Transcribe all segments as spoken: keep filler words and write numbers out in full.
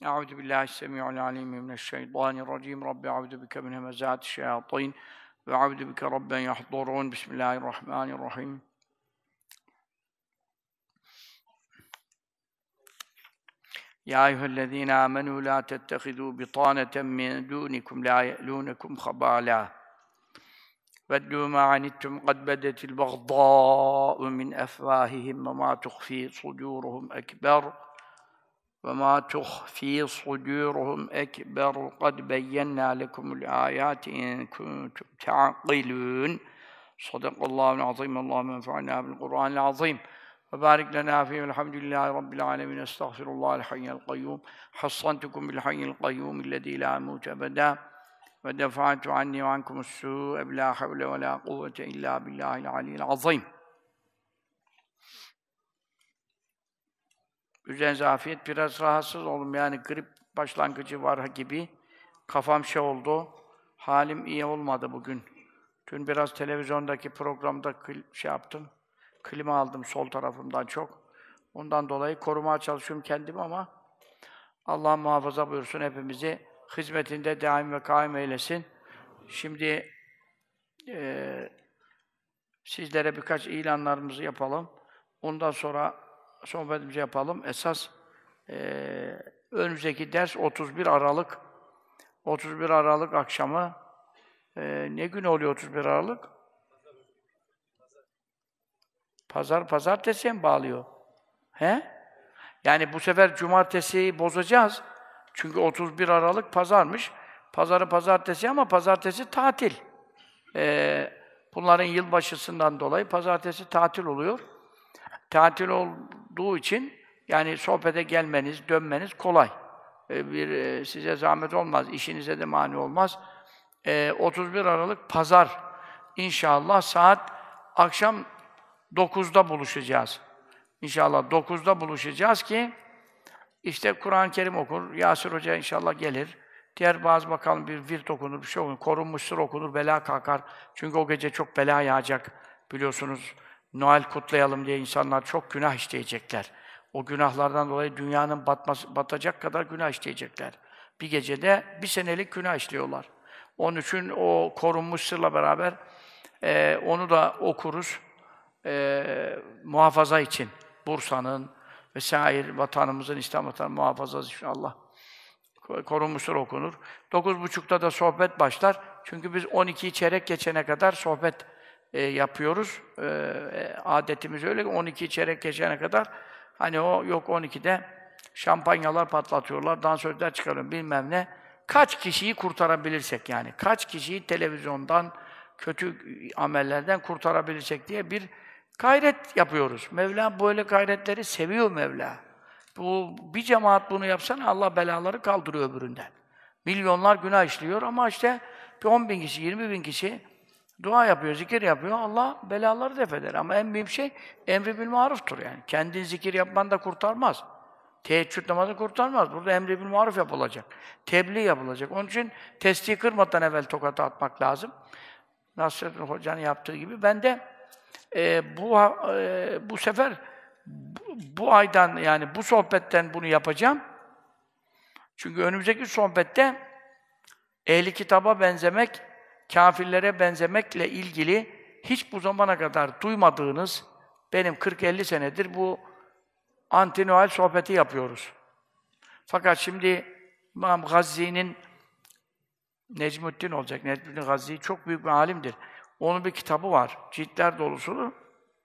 Euzu billahi semiul alim mineşşeytanirracim. Rabbi euzu bike min hemezatiş şeyatin ve euzu bike rabben yahdurun. Bismillahirrahmanirrahim. Ya eyyühellezîne âmenû lâ tettehidû bitaneten min dûnikum lâ ye'lûnekum habâlâ. Veddû mâ anittum kad bedetil bagdâ'u min efvâhihim ve mâ tuhfî sudûruhum ekber. وَمَا تُخْفِي صُدُورُهُمْ أَكْبَرُ قَدْ بَيَّنَّا لَكُمُ الْآيَاتِ إِن كُنتُمْ تَعْقِلُونَ صَدَقَ اللّٰهُ الْعَظِيمُ اللّٰهُمَّ انفَعْنَا بِالْقُرْآنِ الْعَظِيمِ وَبَارِكْ لَنَا فِيهِ وَالْحَمْدُ لِلّٰهِ رَبِّ الْعَالَمِينَ استغفر الله الحي القيوم حصنتكم بالحي القيوم الذي لا يموت أبدا ودفعت عني وعنكم السوء بلا حول ولا قوة إلا بالله العلي العظيم. Üzerinize afiyet, biraz rahatsız oldum yani grip başlangıcı var gibi. Kafam şey oldu, halim iyi olmadı bugün. Dün biraz televizyondaki programda şey yaptım, klima aldım sol tarafımdan çok. Ondan dolayı korumaya çalışıyorum kendimi ama Allah muhafaza buyursun hepimizi, hizmetinde daim ve kaim eylesin. Şimdi e, sizlere birkaç ilanlarımızı yapalım. Ondan sonra sohbetimizi yapalım. Esas e, önümüzdeki ders otuz bir Aralık. otuz bir Aralık akşamı e, ne gün oluyor otuz bir Aralık? Pazar, pazartesiye mi bağlıyor? He? Yani bu sefer cumartesiyi bozacağız. Çünkü otuz bir Aralık pazarmış. Pazarı pazartesi ama pazartesi tatil. E, bunların yılbaşısından dolayı pazartesi tatil oluyor. Tatil olduğu için yani sohbete gelmeniz, dönmeniz kolay. Ee, bir e, size zahmet olmaz, işinize de mani olmaz. Ee, otuz bir Aralık Pazar inşallah saat akşam dokuzda buluşacağız. İnşallah dokuzda buluşacağız ki işte Kur'an-ı Kerim okur, Yasir Hoca inşallah gelir. Diğer bazı bakalım bir virt okunur, bir şey okunur, korunmuş sır okunur, bela kalkar. Çünkü o gece çok bela yağacak biliyorsunuz. Noel kutlayalım diye insanlar çok günah işleyecekler. O günahlardan dolayı dünyanın batması, batacak kadar günah işleyecekler. Bir gecede bir senelik günah işliyorlar. Onun için o korunmuş sırla beraber e, onu da okuruz. E, muhafaza için Bursa'nın vesaire vatanımızın, İslam vatanının muhafazası inşallah. Korunmuş sır okunur. Dokuz buçukta da sohbet başlar. Çünkü biz on ikiyi çeyrek geçene kadar sohbet E, yapıyoruz. E, adetimiz öyle ki on iki çeyrek geçene kadar hani o yok on ikide şampanyalar patlatıyorlar, dansözler çıkarıyor bilmem ne. Kaç kişiyi kurtarabilirsek yani, kaç kişiyi televizyondan, kötü amellerden kurtarabilirsek diye bir gayret yapıyoruz. Mevla böyle gayretleri seviyor Mevla. Bu bir cemaat bunu yapsana Allah belaları kaldırıyor öbüründen. Milyonlar günah işliyor ama işte bir on bin kişi, yirmi bin kişi dua yapıyor, zikir yapıyor, Allah belaları def eder. Ama en büyük şey, emri bil maruftur yani. Kendin zikir yapman da kurtarmaz. Teheccüd namazı kurtarmaz. Burada emri bil maruf yapılacak. Tebliğ yapılacak. Onun için testiyi kırmadan evvel tokatı atmak lazım. Nasrettin Hoca'nın yaptığı gibi. Ben de e, bu e, bu sefer bu, bu aydan yani bu sohbetten bunu yapacağım. Çünkü önümüzdeki sohbette ehli kitaba benzemek, kâfirlere benzemekle ilgili hiç bu zamana kadar duymadığınız, benim kırk elli senedir bu anti-Noel sohbeti yapıyoruz. Fakat şimdi İmam Gazzi'nin, Necmuddin olacak, Necmuddin Gazzi çok büyük bir alimdir. Onun bir kitabı var, ciltler dolusunu.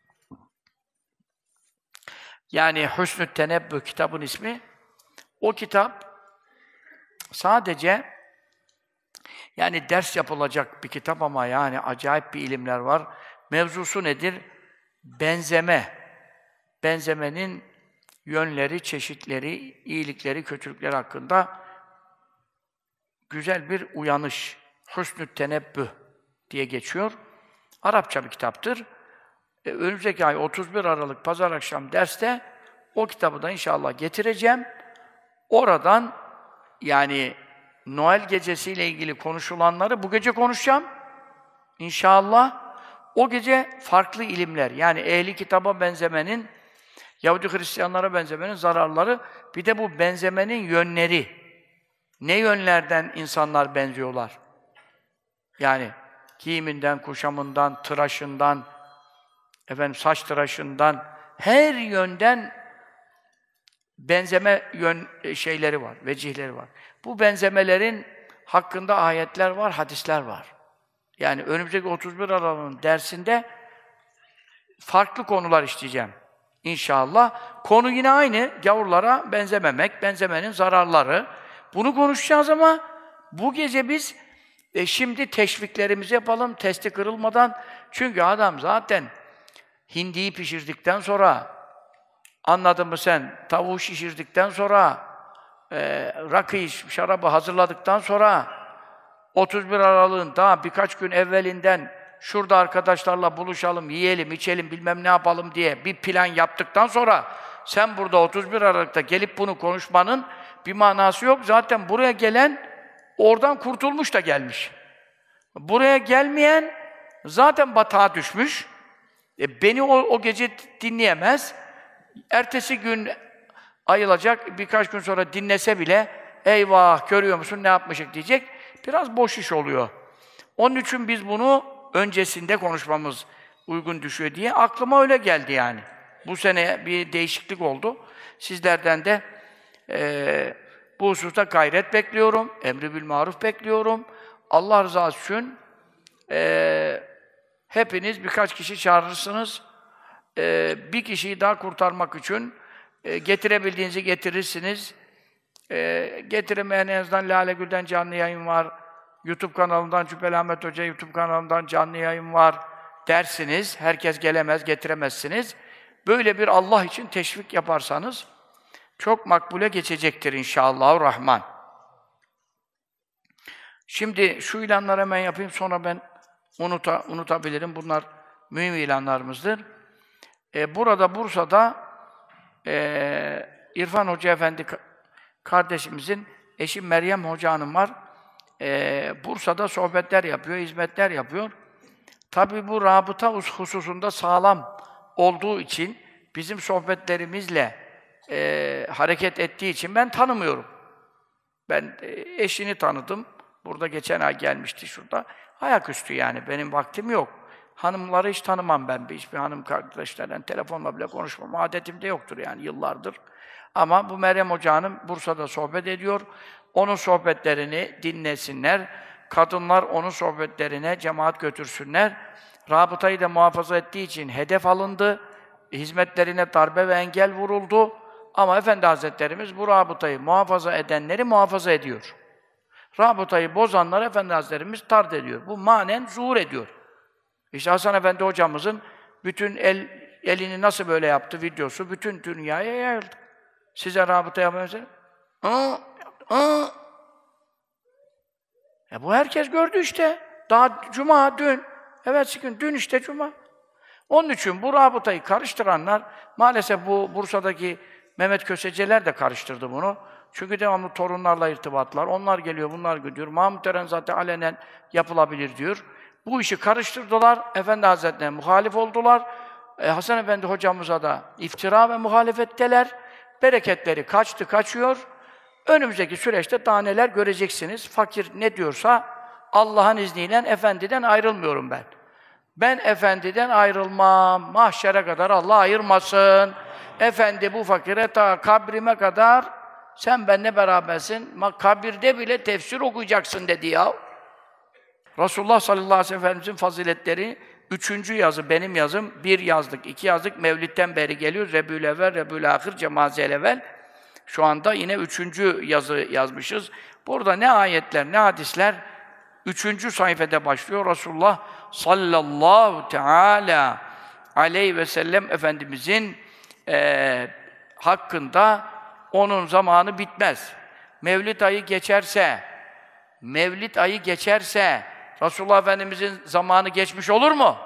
Yani Hüsnü Tenebbüh kitabın ismi. O kitap sadece yani ders yapılacak bir kitap ama yani acayip bir ilimler var. Mevzusu nedir? Benzeme. Benzemenin yönleri, çeşitleri, iyilikleri, kötülükleri hakkında güzel bir uyanış. Hüsnü Tenebbüh diye geçiyor. Arapça bir kitaptır. E, önümüzdeki ay otuz bir Aralık Pazar akşam derste o kitabı da inşallah getireceğim. Oradan yani Noel gecesiyle ilgili konuşulanları bu gece konuşacağım. İnşallah o gece farklı ilimler, yani ehli kitaba benzemenin Yahudi Hristiyanlara benzemenin zararları, bir de bu benzemenin yönleri. Ne yönlerden insanlar benziyorlar? Yani giyiminden, kuşamından, tıraşından, efendim saç tıraşından, her yönden benzeme yön şeyleri var, vecihleri var. Bu benzemelerin hakkında ayetler var, hadisler var. Yani önümüzdeki otuz bir Aralık'ın dersinde farklı konular işleyeceğim İnşallah. Konu yine aynı, gavurlara benzememek, benzemenin zararları. Bunu konuşacağız ama bu gece biz e, şimdi teşviklerimizi yapalım, testi kırılmadan. Çünkü adam zaten hindiyi pişirdikten sonra, anladın mı sen, tavuğu şişirdikten sonra, e, rakıyı, şarabı hazırladıktan sonra, otuz bir Aralık'ın daha birkaç gün evvelinden şurada arkadaşlarla buluşalım, yiyelim, içelim, bilmem ne yapalım diye bir plan yaptıktan sonra sen burada otuz bir Aralık'ta gelip bunu konuşmanın bir manası yok. Zaten buraya gelen oradan kurtulmuş da gelmiş. Buraya gelmeyen zaten batağa düşmüş. E, beni o, o gece dinleyemez. Ertesi gün ayılacak, birkaç gün sonra dinlese bile eyvah, görüyor musun ne yapmışık diyecek. Biraz boş iş oluyor. Onun için biz bunu öncesinde konuşmamız uygun düşüyor diye aklıma öyle geldi yani. Bu sene bir değişiklik oldu. Sizlerden de e, bu hususta gayret bekliyorum. Emri bil maruf bekliyorum. Allah rızası için e, hepiniz birkaç kişi çağırırsınız. E, bir kişiyi daha kurtarmak için e, getirebildiğinizi getirirsiniz. E, getiremeyen en azından Lale Gül'den canlı yayın var. YouTube kanalından Cübbeli Ahmet Hoca YouTube kanalından canlı yayın var dersiniz. Herkes gelemez, getiremezsiniz. Böyle bir Allah için teşvik yaparsanız çok makbule geçecektir inşallahurrahman. Şimdi şu ilanları hemen yapayım, sonra ben unuta, unutabilirim. Bunlar mühim ilanlarımızdır. Ee, burada Bursa'da e, İrfan Hoca Efendi kardeşimizin eşi Meryem Hoca Hanım var. Ee, Bursa'da sohbetler yapıyor, hizmetler yapıyor. Tabii bu rabıta hususunda sağlam olduğu için, bizim sohbetlerimizle e, hareket ettiği için ben tanımıyorum. Ben e, eşini tanıdım. Burada geçen ay gelmişti şurada. Ayaküstü yani, benim vaktim yok. Hanımları hiç tanımam ben. Hiçbir hanım kardeşlerden telefonla bile konuşmam. Adetim de yoktur yani yıllardır. Ama bu Meryem Hoca Hanım Bursa'da sohbet ediyor. Onun sohbetlerini dinlesinler. Kadınlar onun sohbetlerine cemaat götürsünler. Rabıtayı da muhafaza ettiği için hedef alındı. Hizmetlerine darbe ve engel vuruldu. Ama Efendi Hazretlerimiz bu rabıtayı muhafaza edenleri muhafaza ediyor. Rabıtayı bozanları Efendi Hazretlerimiz tard ediyor. Bu manen zuhur ediyor. İşte Hasan Efendi hocamızın bütün el, elini nasıl böyle yaptı videosu bütün dünyaya yayıldı. Size rabıta yapıyorsunuz. Aa, aa. Ya bu herkes gördü işte. Daha cuma, dün. Evet, gün, dün işte cuma. Onun için bu rabıtayı karıştıranlar, maalesef bu Bursa'daki Mehmet Köseceler de karıştırdı bunu. Çünkü devamlı torunlarla irtibatlar. Onlar geliyor, bunlar gidiyor. Mahmud Eren zaten alenen yapılabilir diyor. Bu işi karıştırdılar. Efendi Hazretleri'ne muhalif oldular. E, Hasan Efendi hocamıza da iftira ve muhalefetteler. Bereketleri kaçtı, kaçıyor. Önümüzdeki süreçte daha neler göreceksiniz. Fakir ne diyorsa Allah'ın izniyle Efendiden ayrılmıyorum ben. Ben Efendiden ayrılmam. Mahşere kadar Allah ayırmasın. Efendi bu fakire ta kabrime kadar sen benimle berabersin. Kabirde bile tefsir okuyacaksın dedi ya. Resulullah sallallahu aleyhi ve sellem Efendimizin faziletleri, üçüncü yazı benim yazım, bir yazdık, iki yazdık, Mevlid'den beri geliyor. Rebül-Evvel, Rebül-Ahir, Cemazi Evvel. Şu anda yine üçüncü yazı yazmışız. Burada ne ayetler, ne hadisler, üçüncü sayfada başlıyor. Resulullah sallallahu teala aleyhi ve sellem Efendimizin e, hakkında onun zamanı bitmez. Mevlid ayı geçerse, Mevlid ayı geçerse, Resulullah Efendimizin zamanı geçmiş olur mu?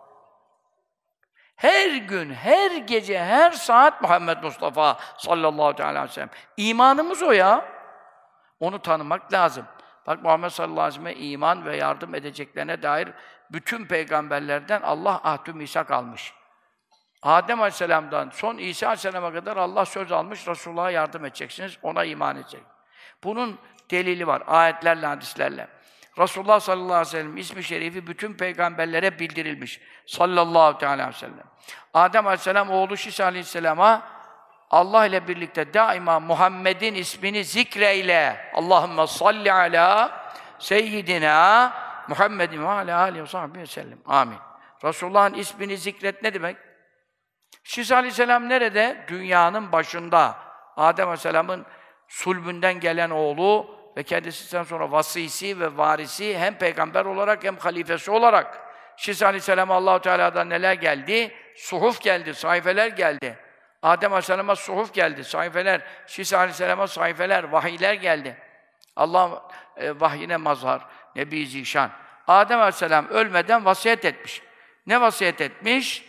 Her gün, her gece, her saat Muhammed Mustafa sallallahu aleyhi ve sellem. İmanımız o ya. Onu tanımak lazım. Bak Muhammed sallallahu aleyhi ve sellem'e iman ve yardım edeceklerine dair bütün peygamberlerden Allah ahdü misak almış. Adem Aleyhisselam'dan son İsa Aleyhisselam'a kadar Allah söz almış, Resulullah'a yardım edeceksiniz, ona iman edecek. Bunun delili var, ayetlerle, hadislerle. Resulullah sallallahu aleyhi ve sellem ismi şerifi bütün peygamberlere bildirilmiş. Sallallahu aleyhi ve sellem. Adem Aleyhisselam oğlu Şis Aleyhisselam'a Allah ile birlikte daima Muhammed'in ismini zikreyle. Allahümme salli ala seyyidina Muhammedin ve ala aleyhi ve sahbihi ve sellem. Amin. Resulullah'ın ismini zikret ne demek? Şis Aleyhisselam nerede? Dünyanın başında. Adem Aleyhisselam'ın sulbünden gelen oğlu ve kendisinden sonra vasisi ve varisi hem peygamber olarak hem halifesi olarak. Şis Aleyhisselam'a Allah-u Teala'dan neler geldi? Suhuf geldi, sayfeler geldi. Adem Aleyhisselam'a suhuf geldi, sayfeler. Şis Aleyhisselam'a sayfeler, vahiyler geldi. Allah e, vahyine mazhar, Nebi Zişan. Adem Aleyhisselam ölmeden vasiyet etmiş. Ne vasiyet etmiş?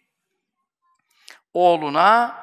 Oğluna,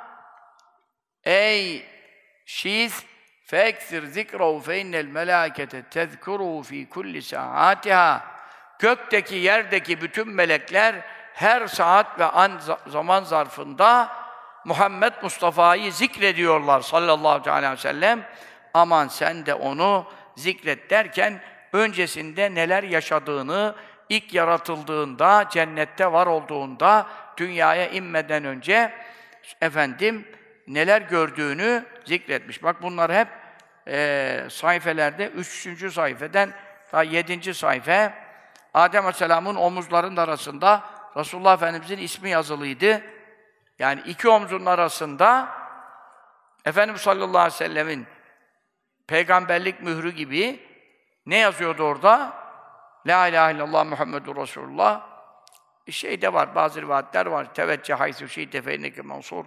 ey Şis, فَاَكْثِرْ ذِكْرَهُ فَاِنَّ الْمَلَائِكَةَ تَذْكُرُهُ ف۪ي كُلِّ سَاعَاتِهَا Gökteki, yerdeki bütün melekler her saat ve an zaman zarfında Muhammed Mustafa'yı zikrediyorlar sallallahu aleyhi ve sellem. Aman sen de onu zikret derken öncesinde neler yaşadığını, ilk yaratıldığında, cennette var olduğunda, dünyaya inmeden önce efendim neler gördüğünü zikretmiş. Bak bunlar hep e, sayfelerde, üçüncü sayfeden ta yedinci sayfa. Adem Aleyhisselam'ın omuzlarının arasında Resulullah Efendimiz'in ismi yazılıydı. Yani iki omzunun arasında Efendimiz sallallahu aleyhi ve sellemin peygamberlik mührü gibi ne yazıyordu orada? La ilahe illallah Muhammedur Resulullah. Şey de var, bazı rivayetler var. Tevecceh haythu şi'te fe inneke mansur.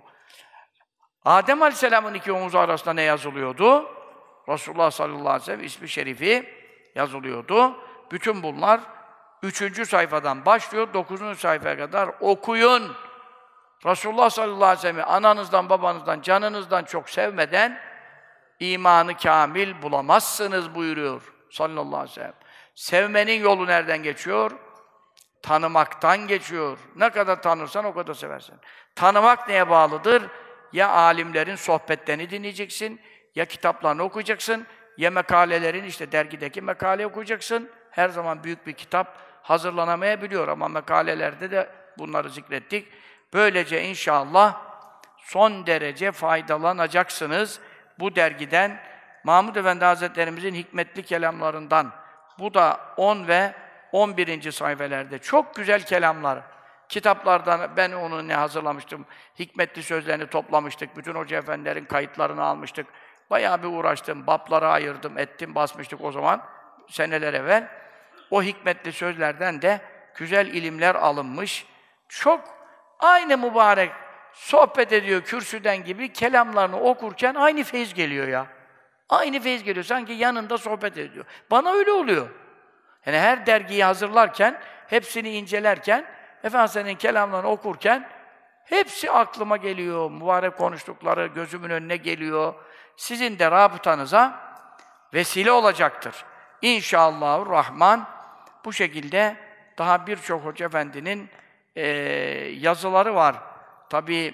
Adem Aleyhisselam'ın iki omuzu arasında ne yazılıyordu? Resulullah sallallahu aleyhi ve sellem ismi şerifi yazılıyordu. Bütün bunlar üçüncü sayfadan başlıyor, dokuzuncu sayfaya kadar okuyun. Resulullah sallallahu aleyhi ve sellem'i ananızdan, babanızdan, canınızdan çok sevmeden imanı kamil bulamazsınız buyuruyor sallallahu aleyhi ve sellem. Sevmenin yolu nereden geçiyor? Tanımaktan geçiyor. Ne kadar tanırsan o kadar seversin. Tanımak neye bağlıdır? Ya alimlerin sohbetlerini dinleyeceksin, ya kitaplarını okuyacaksın, ya mekalelerin, işte dergideki makale okuyacaksın. Her zaman büyük bir kitap hazırlanamayabiliyor ama mekalelerde de bunları zikrettik. Böylece inşallah son derece faydalanacaksınız bu dergiden. Mahmud Efendi Hazretlerimizin hikmetli kelamlarından. Bu da on ve on birinci sayfelerde çok güzel kelamlar. Kitaplardan ben onu ne hazırlamıştım, hikmetli sözlerini toplamıştık, bütün hoca efendilerin kayıtlarını almıştık. Bayağı bir uğraştım, baplara ayırdım, ettim, basmıştık o zaman, seneler evvel. O hikmetli sözlerden de güzel ilimler alınmış. Çok aynı mübarek sohbet ediyor kürsüden gibi, kelamlarını okurken aynı feyiz geliyor ya. Aynı feyiz geliyor, sanki yanında sohbet ediyor. Bana öyle oluyor. Yani her dergiyi hazırlarken, hepsini incelerken, Efendimiz'in kelamlarını okurken hepsi aklıma geliyor. Mübarek konuştukları gözümün önüne geliyor. Sizin de rabıtanıza vesile olacaktır. İnşallahurrahman bu şekilde daha birçok hoca efendinin e, yazıları var. Tabii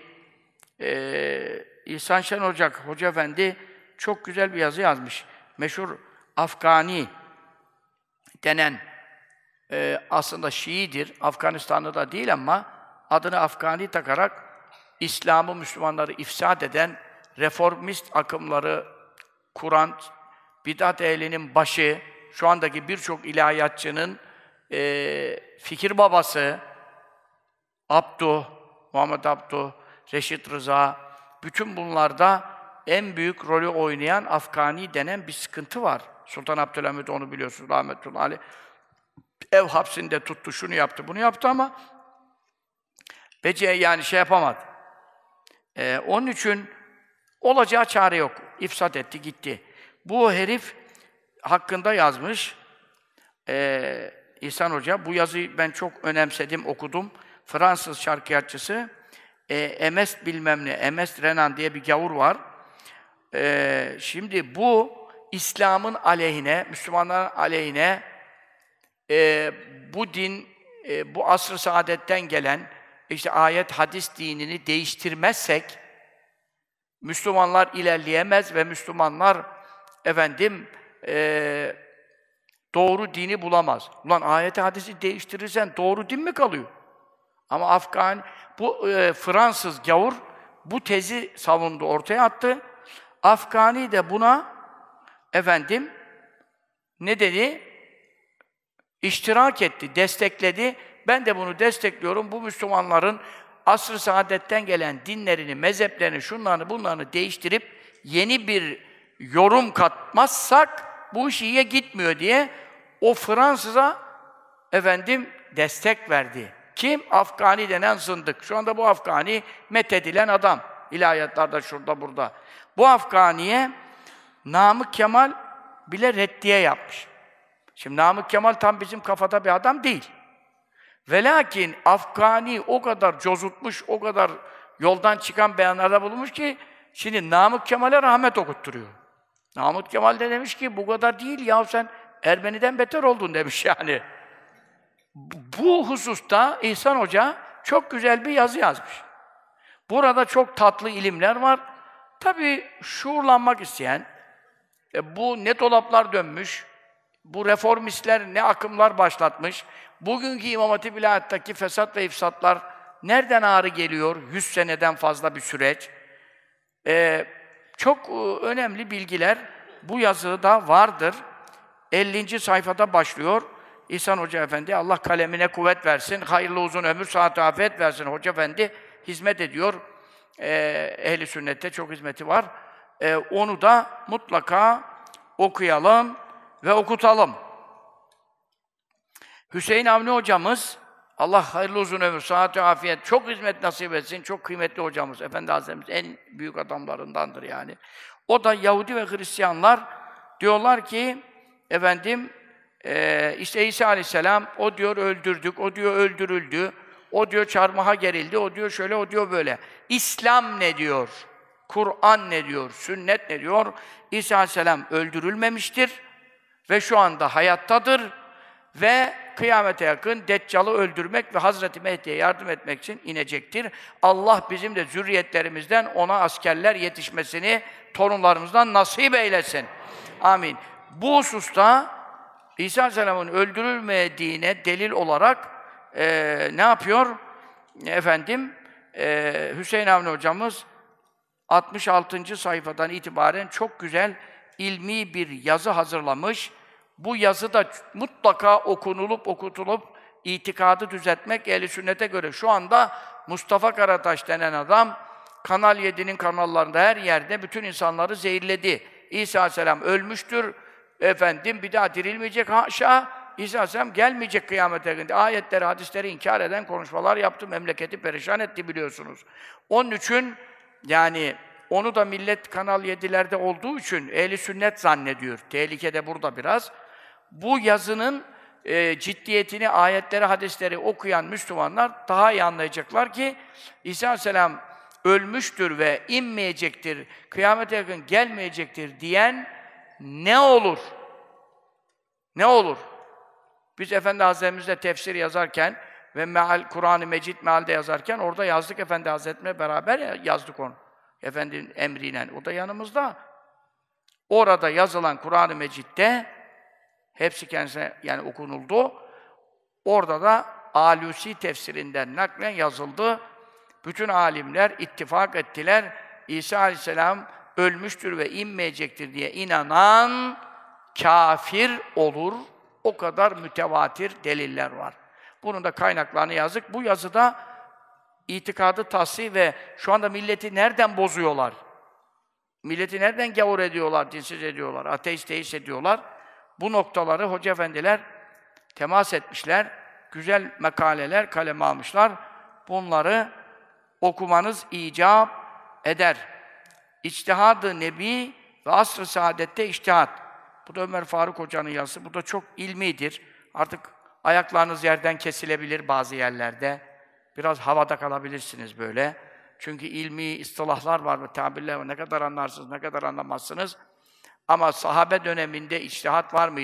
e, İhsan Şen Ocak Hoca Efendi çok güzel bir yazı yazmış. Meşhur Afgani denen e, aslında Şii'dir. Afganistan'da da değil ama adını Afgani takarak İslam'ı, Müslümanları ifsad eden reformist akımları kuran, bid'at ehlinin başı, şu andaki birçok ilahiyatçının e, fikir babası, Abduh, Muhammed Abduh, Reşit Rıza, bütün bunlarda en büyük rolü oynayan Afgani denen bir sıkıntı var. Sultan Abdülhamid onu biliyorsunuz, rahmetullahi aleyh. Ev hapsinde tuttu, şunu yaptı, bunu yaptı ama bece yani şey yapamadı. Ee, onun için olacağı çare yok. İfsad etti, gitti. Bu herif hakkında yazmış ee, İhsan Hoca. Bu yazıyı ben çok önemsedim, okudum. Fransız şarkıyatçısı e, Emest bilmem ne, Emest Renan diye bir gavur var. E, şimdi bu İslam'ın aleyhine, Müslümanların aleyhine e, bu din, e, bu asr-ı saadetten gelen işte ayet, hadis dinini değiştirmezsek Müslümanlar ilerleyemez ve Müslümanlar efendim e, doğru dini bulamaz. Ulan ayeti hadisi değiştirirsen doğru din mi kalıyor? Ama Afgan, bu e, Fransız gavur bu tezi savundu, ortaya attı. Afgani de buna efendim ne dedi? İştirak etti, destekledi. Ben de bunu destekliyorum. Bu Müslümanların asr-ı saadetten gelen dinlerini, mezheplerini, şunlarını, bunlarını değiştirip yeni bir yorum katmazsak bu iş iyiye gitmiyor diye o Fransız'a efendim destek verdi. Kim? Afgani denen zındık. Şu anda bu Afgani methedilen adam. İlahiyatlarda şurada burada. Bu Afgani'ye Namık Kemal bile reddiye yapmış. Şimdi Namık Kemal tam bizim kafada bir adam değil. Ve lakin Afgani o kadar cozutmuş, o kadar yoldan çıkan beyanlarda bulunmuş ki şimdi Namık Kemal'e rahmet okutturuyor. Namık Kemal de demiş ki bu kadar değil ya sen Ermeni'den beter oldun demiş yani. Bu hususta İhsan Hoca çok güzel bir yazı yazmış. Burada çok tatlı ilimler var. Tabii şuurlanmak isteyen, e, bu ne dolaplar dönmüş, bu reformistler ne akımlar başlatmış, bugünkü İmam Hatip İlahiyat'taki fesat ve ifsatlar nereden ağrı geliyor? Yüz seneden fazla bir süreç. E, çok e, önemli bilgiler bu yazıda vardır. ellinci sayfada başlıyor. İhsan Hoca Efendi, Allah kalemine kuvvet versin, hayırlı uzun ömür, sıhhat afiyet versin. Hoca Efendi hizmet ediyor. Ee, Ehl-i Sünnet'te çok hizmeti var. Ee, onu da mutlaka okuyalım ve okutalım. Hüseyin Avni hocamız, Allah hayırlı uzun ömür, sıhhat afiyet, çok hizmet nasip etsin, çok kıymetli hocamız. Efendi Hazretimiz en büyük adamlarındandır yani. O da Yahudi ve Hristiyanlar diyorlar ki, efendim, Ee, işte İsa Aleyhisselam, o diyor öldürdük, o diyor öldürüldü, o diyor çarmıha gerildi, o diyor şöyle, o diyor böyle. İslam ne diyor? Kur'an ne diyor? Sünnet ne diyor? İsa Aleyhisselam öldürülmemiştir ve şu anda hayattadır ve kıyamete yakın Deccal'ı öldürmek ve Hazreti Mehdi'ye yardım etmek için inecektir. Allah bizim de zürriyetlerimizden ona askerler yetişmesini torunlarımızdan nasip eylesin. Amin. Bu hususta İsa Aleyhisselam'ın öldürülmediğine delil olarak e, ne yapıyor? Efendim, e, Hüseyin Avni hocamız altmış altıncı sayfadan itibaren çok güzel ilmi bir yazı hazırlamış. Bu yazı da mutlaka okunulup okutulup itikadı düzeltmek Ehl-i Sünnet'e göre. Şu anda Mustafa Karataş denen adam Kanal yedi'nin kanallarında her yerde bütün insanları zehirledi. İsa Aleyhisselam ölmüştür. Efendim bir daha dirilmeyecek haşa, İsa Aleyhisselam gelmeyecek kıyamete günde. Ayetleri, hadisleri inkar eden konuşmalar yaptı, memleketi perişan etti biliyorsunuz. Onun için yani onu da millet Kanal yedi'lerde olduğu için Ehl-i Sünnet zannediyor. Tehlike de burada biraz. Bu yazının e, ciddiyetini, ayetleri, hadisleri okuyan Müslümanlar daha iyi anlayacaklar ki İsa Aleyhisselam ölmüştür ve inmeyecektir, kıyamete yakın gelmeyecektir diyen ne olur? Ne olur? Biz Efendi Hazretlerimizle tefsir yazarken ve meal Kur'an-ı Mecid mealde yazarken orada yazdık Efendi Hazretlerimle beraber yazdık onu. Efendinin emriyle. O da yanımızda. Orada yazılan Kur'an-ı Mecid'de hepsi kendisine yani okunuldu. Orada da Alusi tefsirinden naklen yazıldı. Bütün alimler ittifak ettiler. İsa Aleyhisselam ölmüştür ve inmeyecektir diye inanan kafir olur. O kadar mütevatir deliller var. Bunun da kaynaklarını yazdık. Bu yazıda itikadı tahsih ve şu anda milleti nereden bozuyorlar? Milleti nereden gavur ediyorlar, dinsiz ediyorlar, ateist teist ediyorlar? Bu noktaları hoca efendiler temas etmişler. Güzel makaleler kaleme almışlar. Bunları okumanız icap eder. İçtihad-ı Nebi ve Asr-ı Saadet'te içtihat. Bu da Ömer Faruk Hoca'nın yazısı. Bu da çok ilmidir. Artık ayaklarınız yerden kesilebilir bazı yerlerde. Biraz havada kalabilirsiniz böyle. Çünkü ilmi istilahlar var ve tabirler var. Ne kadar anlarsınız, ne kadar anlamazsınız. Ama sahabe döneminde içtihat var mıydı?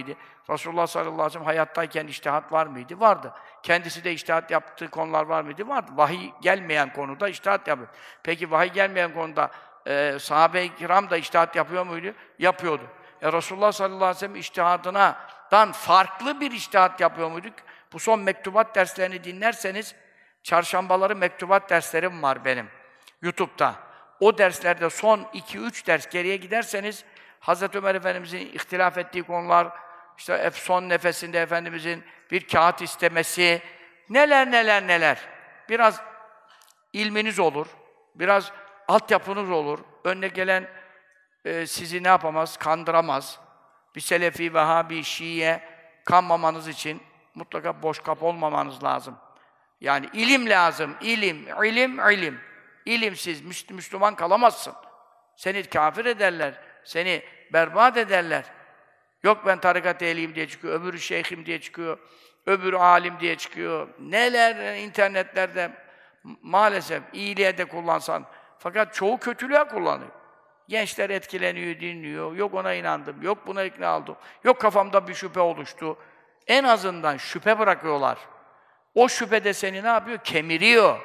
Resulullah sallallahu aleyhi ve sellem hayattayken içtihat var mıydı? Vardı. Kendisi de içtihat yaptığı konular var mıydı? Vardı. Vahiy gelmeyen konuda içtihat yapıyor. Peki vahiy gelmeyen konuda e, sahabe-i kiram da içtihat yapıyor muydu? Yapıyordu. E, Resulullah sallallahu aleyhi ve sellem içtihadından farklı bir içtihat yapıyor muyduk? Bu son mektubat derslerini dinlerseniz, çarşambaları mektubat derslerim var benim YouTube'da. O derslerde son iki üç ders geriye giderseniz, Hazreti Ömer Efendimiz'in ihtilaf ettiği konular, işte son nefesinde Efendimiz'in bir kağıt istemesi, neler neler neler. Biraz ilminiz olur, biraz altyapınız olur. Önüne gelen e, sizi ne yapamaz? Kandıramaz. Bir Selefi, Vehhabi, Şii'ye kanmamanız için mutlaka boş kap olmamanız lazım. Yani ilim lazım, ilim, ilim, ilim. İlimsiz Müslüman kalamazsın. Seni kafir ederler, seni berbat ederler. Yok ben tarikat ehliyim diye çıkıyor, öbürü şeyhim diye çıkıyor, öbürü alim diye çıkıyor. Neler internetlerde maalesef iyiliğe de kullansan, fakat çoğu kötülüğe kullanıyor. Gençler etkileniyor, dinliyor, yok ona inandım, yok buna ikna oldum, yok kafamda bir şüphe oluştu. En azından şüphe bırakıyorlar. O şüphe de seni ne yapıyor? Kemiriyor.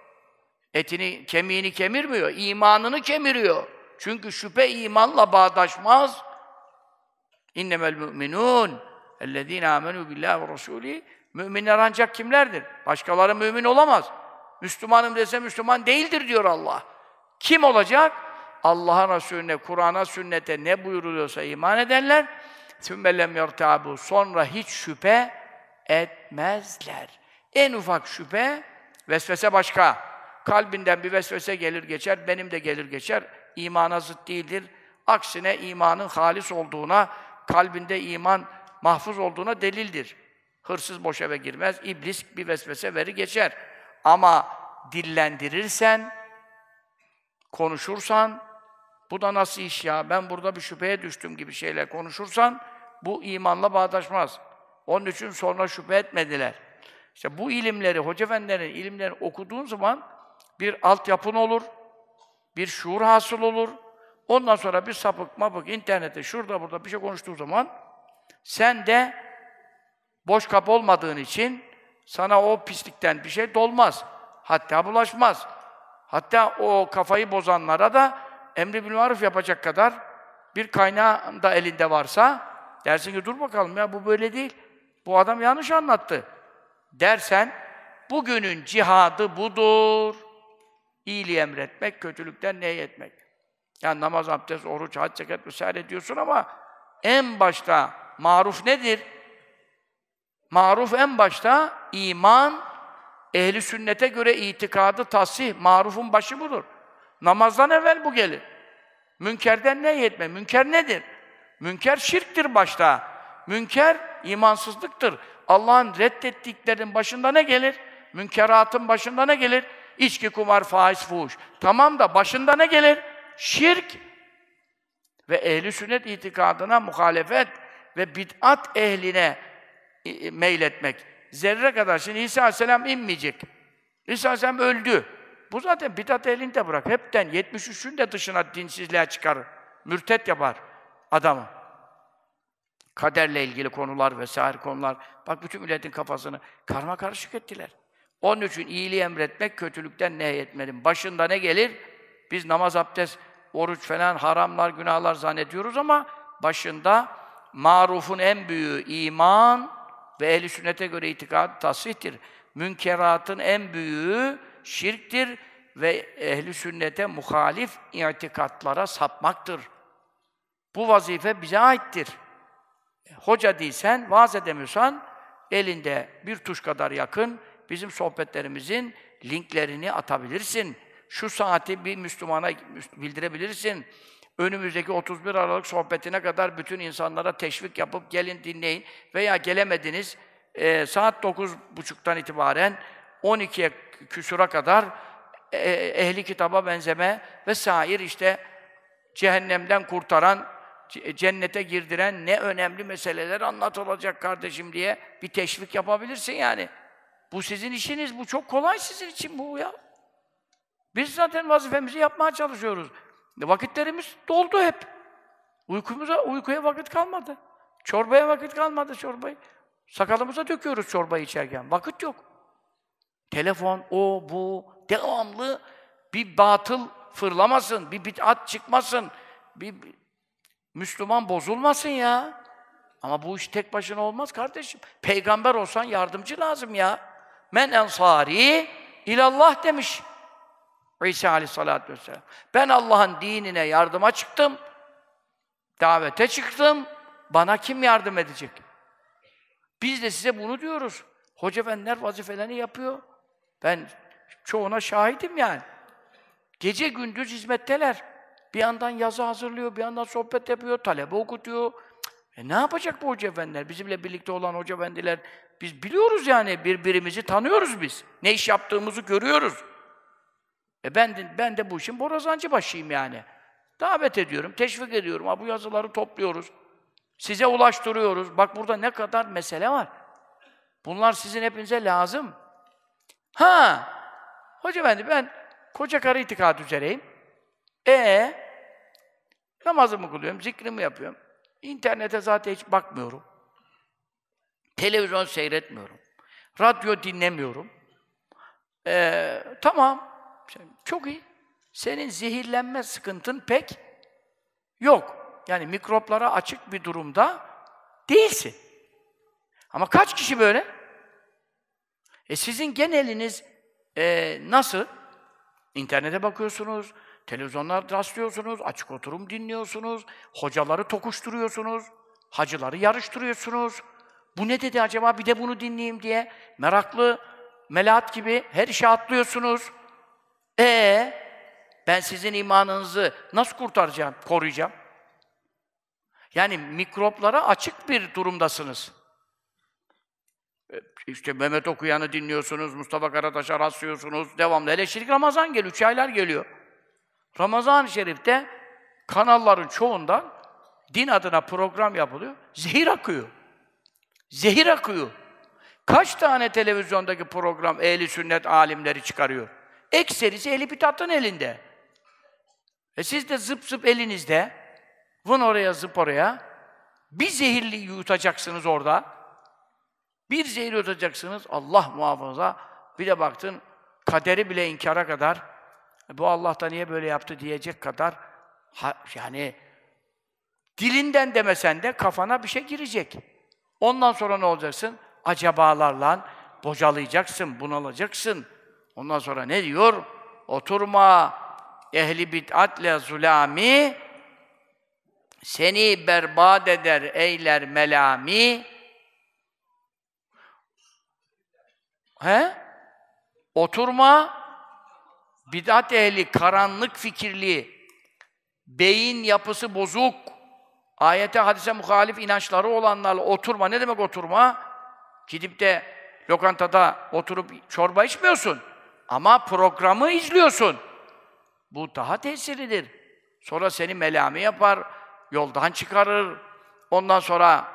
Etini, kemiğini kemirmiyor, imanını kemiriyor. Çünkü şüphe imanla bağdaşmaz. İnnemel mü'minûn ellezîne âmenû billâhi ve rasûlî. Müminler ancak kimlerdir? Başkaları mümin olamaz. Müslümanım dese Müslüman değildir diyor Allah. Kim olacak? Allah'a, Resulüne, Kur'an'a, sünnete ne buyuruluyorsa iman ederler. ثُمَّ لَمْ يَرْتَابُوا. Sonra hiç şüphe etmezler. En ufak şüphe, vesvese başka. Kalbinden bir vesvese gelir geçer, benim de gelir geçer. İmana zıt değildir. Aksine imanın halis olduğuna, kalbinde iman mahfuz olduğuna delildir. Hırsız boş eve girmez, iblis bir vesvese verir geçer. Ama dillendirirsen, konuşursan, bu da nasıl iş ya, ben burada bir şüpheye düştüm gibi şeyler konuşursan, bu imanla bağdaşmaz. Onun için sonra şüphe etmediler. İşte bu ilimleri, Hoca Efendilerin ilimlerini okuduğun zaman bir altyapın olur, bir şuur hasıl olur. Ondan sonra bir sapık mapık internette şurada burada bir şey konuştuğu zaman sen de boş kap olmadığın için sana o pislikten bir şey dolmaz. Hatta bulaşmaz. Hatta o kafayı bozanlara da emri bil maruf yapacak kadar bir kaynağı da elinde varsa dersin ki dur bakalım ya bu böyle değil. Bu adam yanlış anlattı dersen bugünün cihadı budur. İyiliği emretmek, kötülükten nehyetmek. Yani namaz, abdest, oruç, hac, zekat vesaire diyorsun ama en başta maruf nedir? Maruf en başta iman, ehli sünnete göre itikadı tasih, marufun başı budur. Namazdan evvel bu gelir. Münkerden nehyetme. Münker nedir? Münker şirktir başta. Münker imansızlıktır. Allah'ın reddettiklerinin başında ne gelir? Münkeratın başında ne gelir? İçki, kumar, faiz, fuhuş. Tamam da başında ne gelir? Şirk ve ehli sünnet itikadına muhalefet ve bid'at ehline meyletmek. Zerre kadar. Şimdi İsa Aleyhisselam inmeyecek. İsa Aleyhisselam öldü. Bu zaten bid'at ehlini de bırak. Hepten yetmiş üçün de dışına dinsizliğe çıkarır. Mürtet yapar adamı. Kaderle ilgili konular vesaire konular. Bak bütün milletin kafasını karma karışık ettiler. Onun için iyiliği emretmek, kötülükten nehyetmenin başında ne gelir? Biz namaz, abdest, oruç falan haramlar, günahlar zannediyoruz ama başında marufun en büyüğü iman ve ehl-i sünnete göre itikad tasihtir. Münkeratın en büyüğü şirktir ve ehl-i sünnete muhalif itikatlara sapmaktır. Bu vazife bize aittir. Hoca değilsen, vaaz edemiyorsan elinde bir tuş kadar yakın bizim sohbetlerimizin linklerini atabilirsin. Şu saati bir Müslümana bildirebilirsin. Önümüzdeki otuz bir Aralık sohbetine kadar bütün insanlara teşvik yapıp gelin dinleyin veya gelemediniz e, saat dokuz buçuktan itibaren on ikiye küsura kadar e, ehli kitaba benzeme vesaire işte cehennemden kurtaran, cennete girdiren ne önemli meseleler anlatılacak kardeşim diye bir teşvik yapabilirsin yani. Bu sizin işiniz, bu çok kolay sizin için bu ya. Biz zaten vazifemizi yapmaya çalışıyoruz. Vakitlerimiz doldu hep. Uykumuza, uykuya vakit kalmadı. Çorbaya vakit kalmadı çorbayı. Sakalımıza döküyoruz çorbayı içerken. Vakit yok. Telefon, o, bu, devamlı bir batıl fırlamasın, bir bid'at çıkmasın, bir, bir Müslüman bozulmasın ya. Ama bu iş tek başına olmaz kardeşim. Peygamber olsan yardımcı lazım ya. Men ensari ilallah demiş İsa aleyhissalâtu vesselâm. Ben Allah'ın dinine yardıma çıktım, davete çıktım, bana kim yardım edecek? Biz de size bunu diyoruz. Hoca efendiler vazifelerini yapıyor. Ben çoğuna şahidim yani. Gece gündüz hizmetteler. Bir yandan yazı hazırlıyor, bir yandan sohbet yapıyor, talebe okutuyor. E ne yapacak bu hoca efendiler? Bizimle birlikte olan hoca efendiler, biz biliyoruz yani, birbirimizi tanıyoruz biz. Ne iş yaptığımızı görüyoruz. E ben de, ben de bu işin borazancı başıyım yani. Davet ediyorum, teşvik ediyorum. Ha, bu yazıları topluyoruz. Size ulaştırıyoruz. Bak burada ne kadar mesele var. Bunlar sizin hepinize lazım. Ha, hoca efendi ben koca karı itikadı üzereyim. E namazımı kılıyorum, zikrimi yapıyorum. İnternete zaten hiç bakmıyorum. Televizyon seyretmiyorum. Radyo dinlemiyorum. Ee, tamam. Çok iyi. Senin zehirlenme sıkıntın pek yok. Yani mikroplara açık bir durumda değilsin. Ama kaç kişi böyle? E sizin geneliniz e, nasıl? İnternete bakıyorsunuz, televizyonlar rastlıyorsunuz, açık oturum dinliyorsunuz, hocaları tokuşturuyorsunuz, hacıları yarıştırıyorsunuz. Bu ne dedi acaba, bir de bunu dinleyeyim diye meraklı, melahat gibi her işe atlıyorsunuz. Ee, ben sizin imanınızı nasıl kurtaracağım, koruyacağım? Yani mikroplara açık bir durumdasınız. İşte Mehmet Okuyan'ı dinliyorsunuz, Mustafa Karataş'a rastlıyorsunuz, devamlı. Hele şimdi Ramazan geliyor, üç aylar geliyor. Ramazan-ı Şerif'te kanalların çoğundan din adına program yapılıyor, zehir akıyor. Zehir akıyor. Kaç tane televizyondaki program ehli sünnet alimleri çıkarıyor? Ekserisi Ehli Bidat'ın elinde. E siz de zıp zıp elinizde, vın oraya zıp oraya, bir zehirli yutacaksınız orada. Bir zehir yutacaksınız, Allah muhafaza. Bir de baktın, kaderi bile inkara kadar, bu Allah da niye böyle yaptı diyecek kadar, ha, yani dilinden demesen de kafana bir şey girecek. Ondan sonra ne olacaksın? Acabalarla bocalayacaksın, bunalacaksın. Ondan sonra ne diyor? Oturma ehli bid'atle zulami, seni berbat eder eyler melami. He? Oturma, bid'at ehli, karanlık fikirli, beyin yapısı bozuk, ayete, hadise muhalif inançları olanlarla oturma. Ne demek oturma? Gidip de lokantada oturup çorba içmiyorsun. Ama programı izliyorsun. Bu daha tesirlidir. Sonra seni melami yapar, yoldan çıkarır. Ondan sonra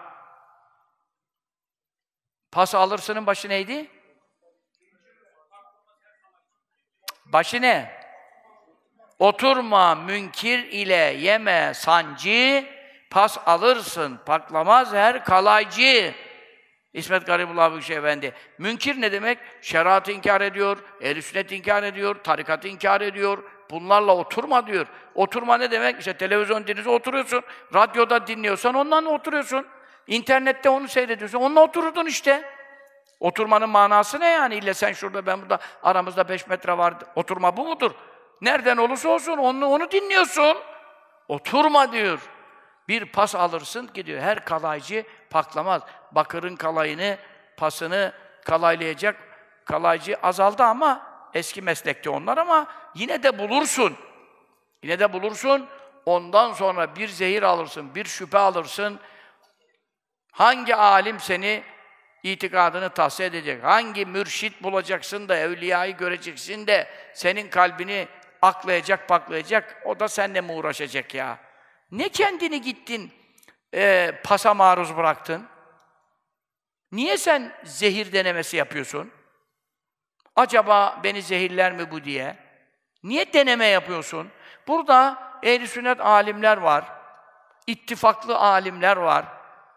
pas alırsının başı neydi? Başı ne? Oturma münkir ile yeme sancı, pas alırsın paklamaz her kalaycı. İsmet Garibullah Büyükşehir Efendi. Münkir ne demek? Şeriatı inkar ediyor, ehl-i sünnet inkar ediyor, tarikatı inkar ediyor. Bunlarla oturma diyor. Oturma ne demek? İşte televizyon dinliyorsun, oturuyorsun. Radyoda dinliyorsan ondan oturuyorsun. İnternette onu seyrediyorsun, onunla otururdun işte. Oturmanın manası ne yani? İlle sen şurada, ben burada, aramızda beş metre var. Oturma bu mudur? Nereden olursa olsun onu, onu dinliyorsun. Oturma diyor. Bir pas alırsın gidiyor. Her kalaycı paklamaz. Bakırın kalayını, pasını kalaylayacak kalaycı azaldı ama eski meslekte onlar, ama yine de bulursun. Yine de bulursun. Ondan sonra bir zehir alırsın, bir şüphe alırsın. Hangi alim seni itikadını tahsis edecek? Hangi mürşit bulacaksın da evliyayı göreceksin de senin kalbini aklayacak, paklayacak, o da seninle mi uğraşacak ya? Ne kendini gittin, e, pasa maruz bıraktın? Niye sen zehir denemesi yapıyorsun? Acaba beni zehirler mi bu diye? Niye deneme yapıyorsun? Burada ehl-i sünnet alimler var, ittifaklı alimler var.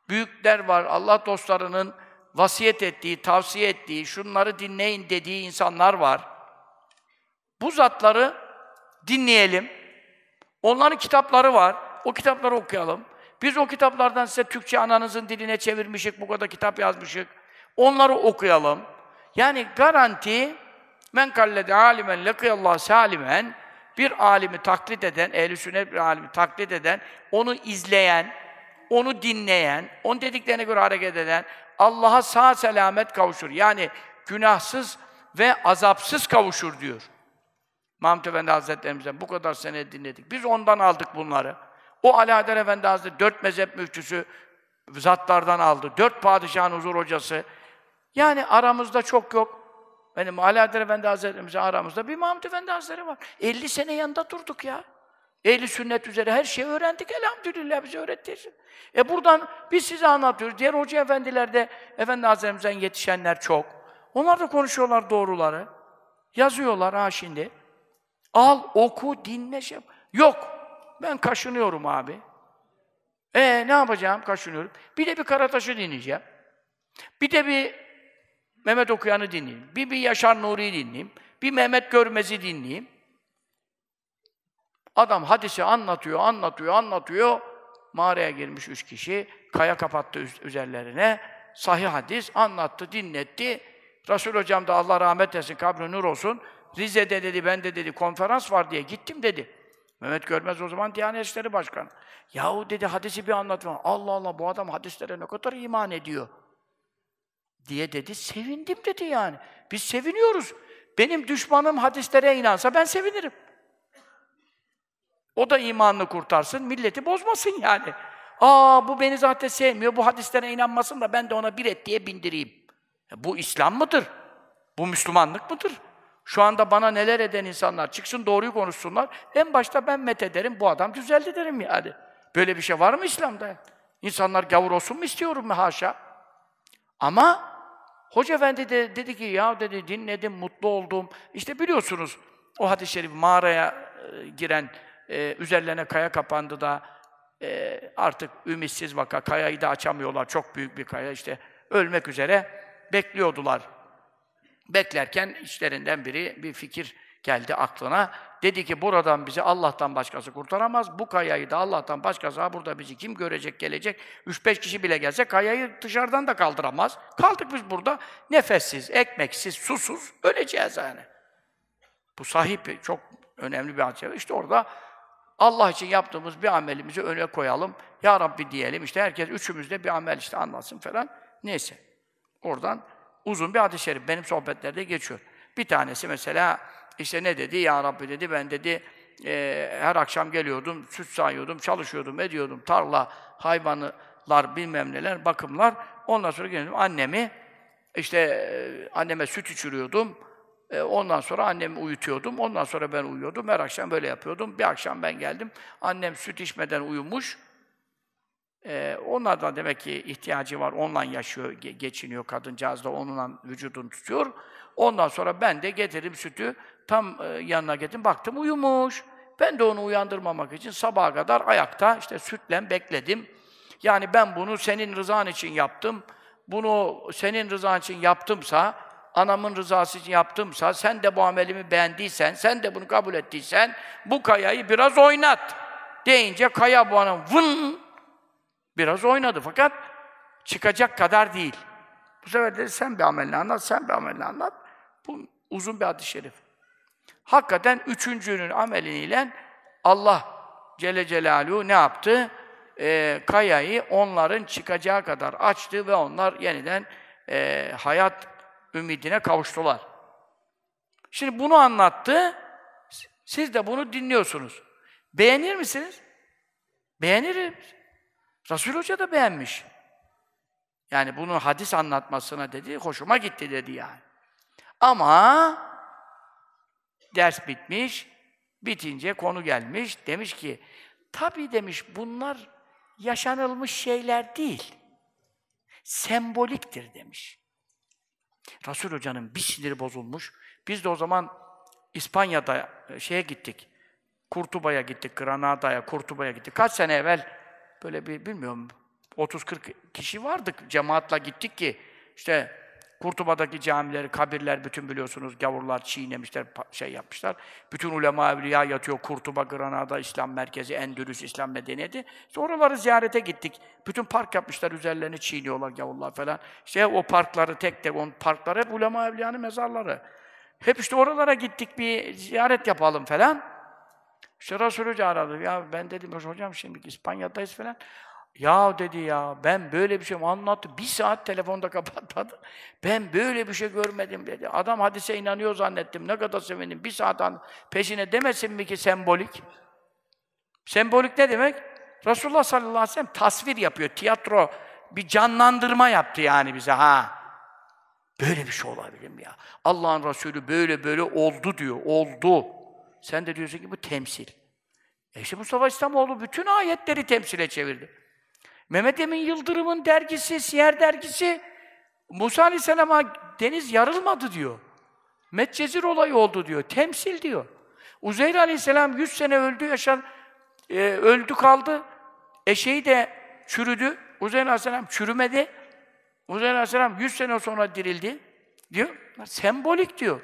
büyükler var, Allah dostlarının vasiyet ettiği, tavsiye ettiği, şunları dinleyin dediği insanlar var. Bu zatları dinleyelim. Onların kitapları var. O kitapları okuyalım. Biz o kitaplardan size Türkçe ananızın diline çevirmişik, bu kadar kitap yazmışık. Onları okuyalım. Yani garanti men kallede alimen lekıyallah salimen, bir alimi taklit eden, ehl-i sünnet bir alimi taklit eden, onu izleyen, onu dinleyen, onun dediklerine göre hareket eden Allah'a sağ selamet kavuşur. Yani günahsız ve azapsız kavuşur diyor. Mahmud Efendi Hazretlerimizden bu kadar sene dinledik. Biz ondan aldık bunları. O Ali Haydar Efendi Hazretleri dört mezhep müftüsü zatlardan aldı. Dört padişahın huzur hocası. Yani aramızda çok yok. Benim Ali Haydar Efendi Hazretlerimizle aramızda bir Mahmud Efendi Hazretleri var. elli sene yanında durduk ya. Ehli sünnet üzere her şeyi öğrendik elhamdülillah, bize öğrettiği için. E buradan biz size anlatıyoruz. Diğer hoca efendiler de Efendi Hazretlerimizden yetişenler çok. Onlar da konuşuyorlar doğruları. Yazıyorlar ha şimdi. Al, oku, dinle, şey yap. Yok. Ben kaşınıyorum abi. E ne yapacağım? Kaşınıyorum. Bir de bir Karataş'ı dinleyeceğim. Bir de bir Mehmet Okuyan'ı dinleyeyim. Bir bir Yaşar Nuri'yi dinleyeyim. Bir Mehmet Görmez'i dinleyeyim. Adam hadisi anlatıyor, anlatıyor, anlatıyor. Mağaraya girmiş üç kişi. Kaya kapattı üzerlerine. Sahih hadis anlattı, dinletti. Resul Hocam da Allah rahmet etsin, kabri nur olsun. Rize'de dedi, ben de dedi, konferans var diye gittim dedi. Mehmet Görmez o zaman Diyanet İşleri Başkanı. Yahu dedi, hadisi bir anlatma. Allah Allah, bu adam hadislere ne kadar iman ediyor diye dedi. Sevindim dedi yani. Biz seviniyoruz. Benim düşmanım hadislere inansa ben sevinirim. O da imanını kurtarsın, milleti bozmasın yani. Aa bu beni zaten sevmiyor, bu hadislere inanmasın da ben de ona bir et diye bindireyim. E, bu İslam mıdır? Bu Müslümanlık mıdır? Şu anda bana neler eden insanlar çıksın, doğruyu konuşsunlar. En başta ben methederim, bu adam düzeldi derim yani. Böyle bir şey var mı İslam'da? İnsanlar gavur olsun mu istiyorum mu? Haşa. Ama Hoca Efendi de dedi ki, ya dedi dinledim, mutlu oldum. İşte biliyorsunuz o hadis-i şerif mağaraya e, giren, e, üzerlerine kaya kapandı da e, artık ümitsiz vaka, kayayı da açamıyorlar. Çok büyük bir kaya işte. Ölmek üzere bekliyordular. Beklerken içlerinden biri bir fikir geldi aklına. Dedi ki buradan bizi Allah'tan başkası kurtaramaz. Bu kayayı da Allah'tan başkası, ha burada bizi kim görecek, gelecek? Üç beş kişi bile gelse kayayı dışarıdan da kaldıramaz. Kaldık biz burada nefessiz, ekmeksiz, susuz öleceğiz yani. Bu sahip çok önemli bir hadise. İşte orada Allah için yaptığımız bir amelimizi öne koyalım. Ya Rabbi diyelim. İşte herkes üçümüz de bir amel işte anlatsın falan. Neyse. Oradan uzun bir hadis-i şerif benim sohbetlerde geçiyor. Bir tanesi mesela işte ne dedi? Ya Rabbi dedi, ben dedi e, her akşam geliyordum, süt sağıyordum, çalışıyordum, ediyordum, tarla, hayvanlar, bilmem neler, bakımlar. Ondan sonra geliyordum annemi, işte e, anneme süt içiriyordum. E, ondan sonra annemi uyutuyordum, ondan sonra ben uyuyordum. Her akşam böyle yapıyordum. Bir akşam ben geldim, annem süt içmeden uyumuş. Ee, onlardan demek ki ihtiyacı var, onunla yaşıyor, ge- geçiniyor kadıncağız da onunla vücudunu tutuyor. Ondan sonra ben de getirdim sütü, tam e, yanına getirdim, baktım uyumuş. Ben de onu uyandırmamak için sabaha kadar ayakta işte sütle bekledim. Yani ben bunu senin rızan için yaptım, bunu senin rızan için yaptımsa, anamın rızası için yaptımsa, sen de bu amelimi beğendiysen, sen de bunu kabul ettiysen, bu kayayı biraz oynat deyince kaya bu anam vın biraz oynadı fakat çıkacak kadar değil. Bu sefer dedi sen bir amelini anlat, sen bir amelini anlat. Bu uzun bir hadis-i şerif. Hakikaten üçüncünün ameliyle Allah Celle Celaluhu ne yaptı? Ee, kayayı onların çıkacağı kadar açtı ve onlar yeniden e, hayat ümidine kavuştular. Şimdi bunu anlattı. Siz de bunu dinliyorsunuz. Beğenir misiniz? Beğenirim. Resul Hoca da beğenmiş. Yani bunu hadis anlatmasına dedi, hoşuma gitti dedi yani. Ama ders bitmiş, bitince konu gelmiş, demiş ki, tabii demiş bunlar yaşanılmış şeyler değil, semboliktir demiş. Resul Hoca'nın bir siniri bozulmuş. Biz de o zaman İspanya'da şeye gittik, Kurtuba'ya gittik, Granada'ya, Kurtuba'ya gittik. Kaç sene evvel, böyle bir bilmiyorum, otuz kırk kişi vardık, cemaatle gittik ki, işte Kurtuba'daki camileri, kabirler bütün biliyorsunuz gavurlar çiğnemişler, şey yapmışlar. Bütün ulema evliya yatıyor Kurtuba, Granada, İslam merkezi, Endülüs, İslam medeniyeti. İşte oraları ziyarete gittik. Bütün park yapmışlar, üzerlerini çiğniyorlar gavurlar falan. İşte o parkları tek tek, on parklar hep ulema evliyanın mezarları. Hep işte oralara gittik, bir ziyaret yapalım falan. İşte Resulü aradı. Ya ben dedim, hocam şimdi İspanya'dayız falan. Ya dedi ya, ben böyle bir şey anlattı. Bir saat telefonda kapatmadı. Ben böyle bir şey görmedim dedi. Adam hadise inanıyor zannettim. Ne kadar sevindim. Bir saat peşine demesin mi ki sembolik? Sembolik ne demek? Resulullah sallallahu aleyhi ve sellem tasvir yapıyor. Tiyatro, bir canlandırma yaptı yani bize ha. Böyle bir şey olabilir mi ya? Allah'ın Resulü böyle böyle oldu diyor. Oldu. Sen de diyorsun ki bu temsil. E işte Mustafa İslamoğlu bütün ayetleri temsile çevirdi. Mehmet Emin Yıldırım'ın dergisi, Siyer dergisi, Musa Aleyhisselam'a deniz yarılmadı diyor. Medcezir olayı oldu diyor. Temsil diyor. Uzeyr Aleyhisselam yüz sene öldü, yaşar, e, öldü kaldı. Eşeği de çürüdü. Uzeyr Aleyhisselam çürümedi. Uzeyr Aleyhisselam yüz sene sonra dirildi. Diyor. Sembolik diyor.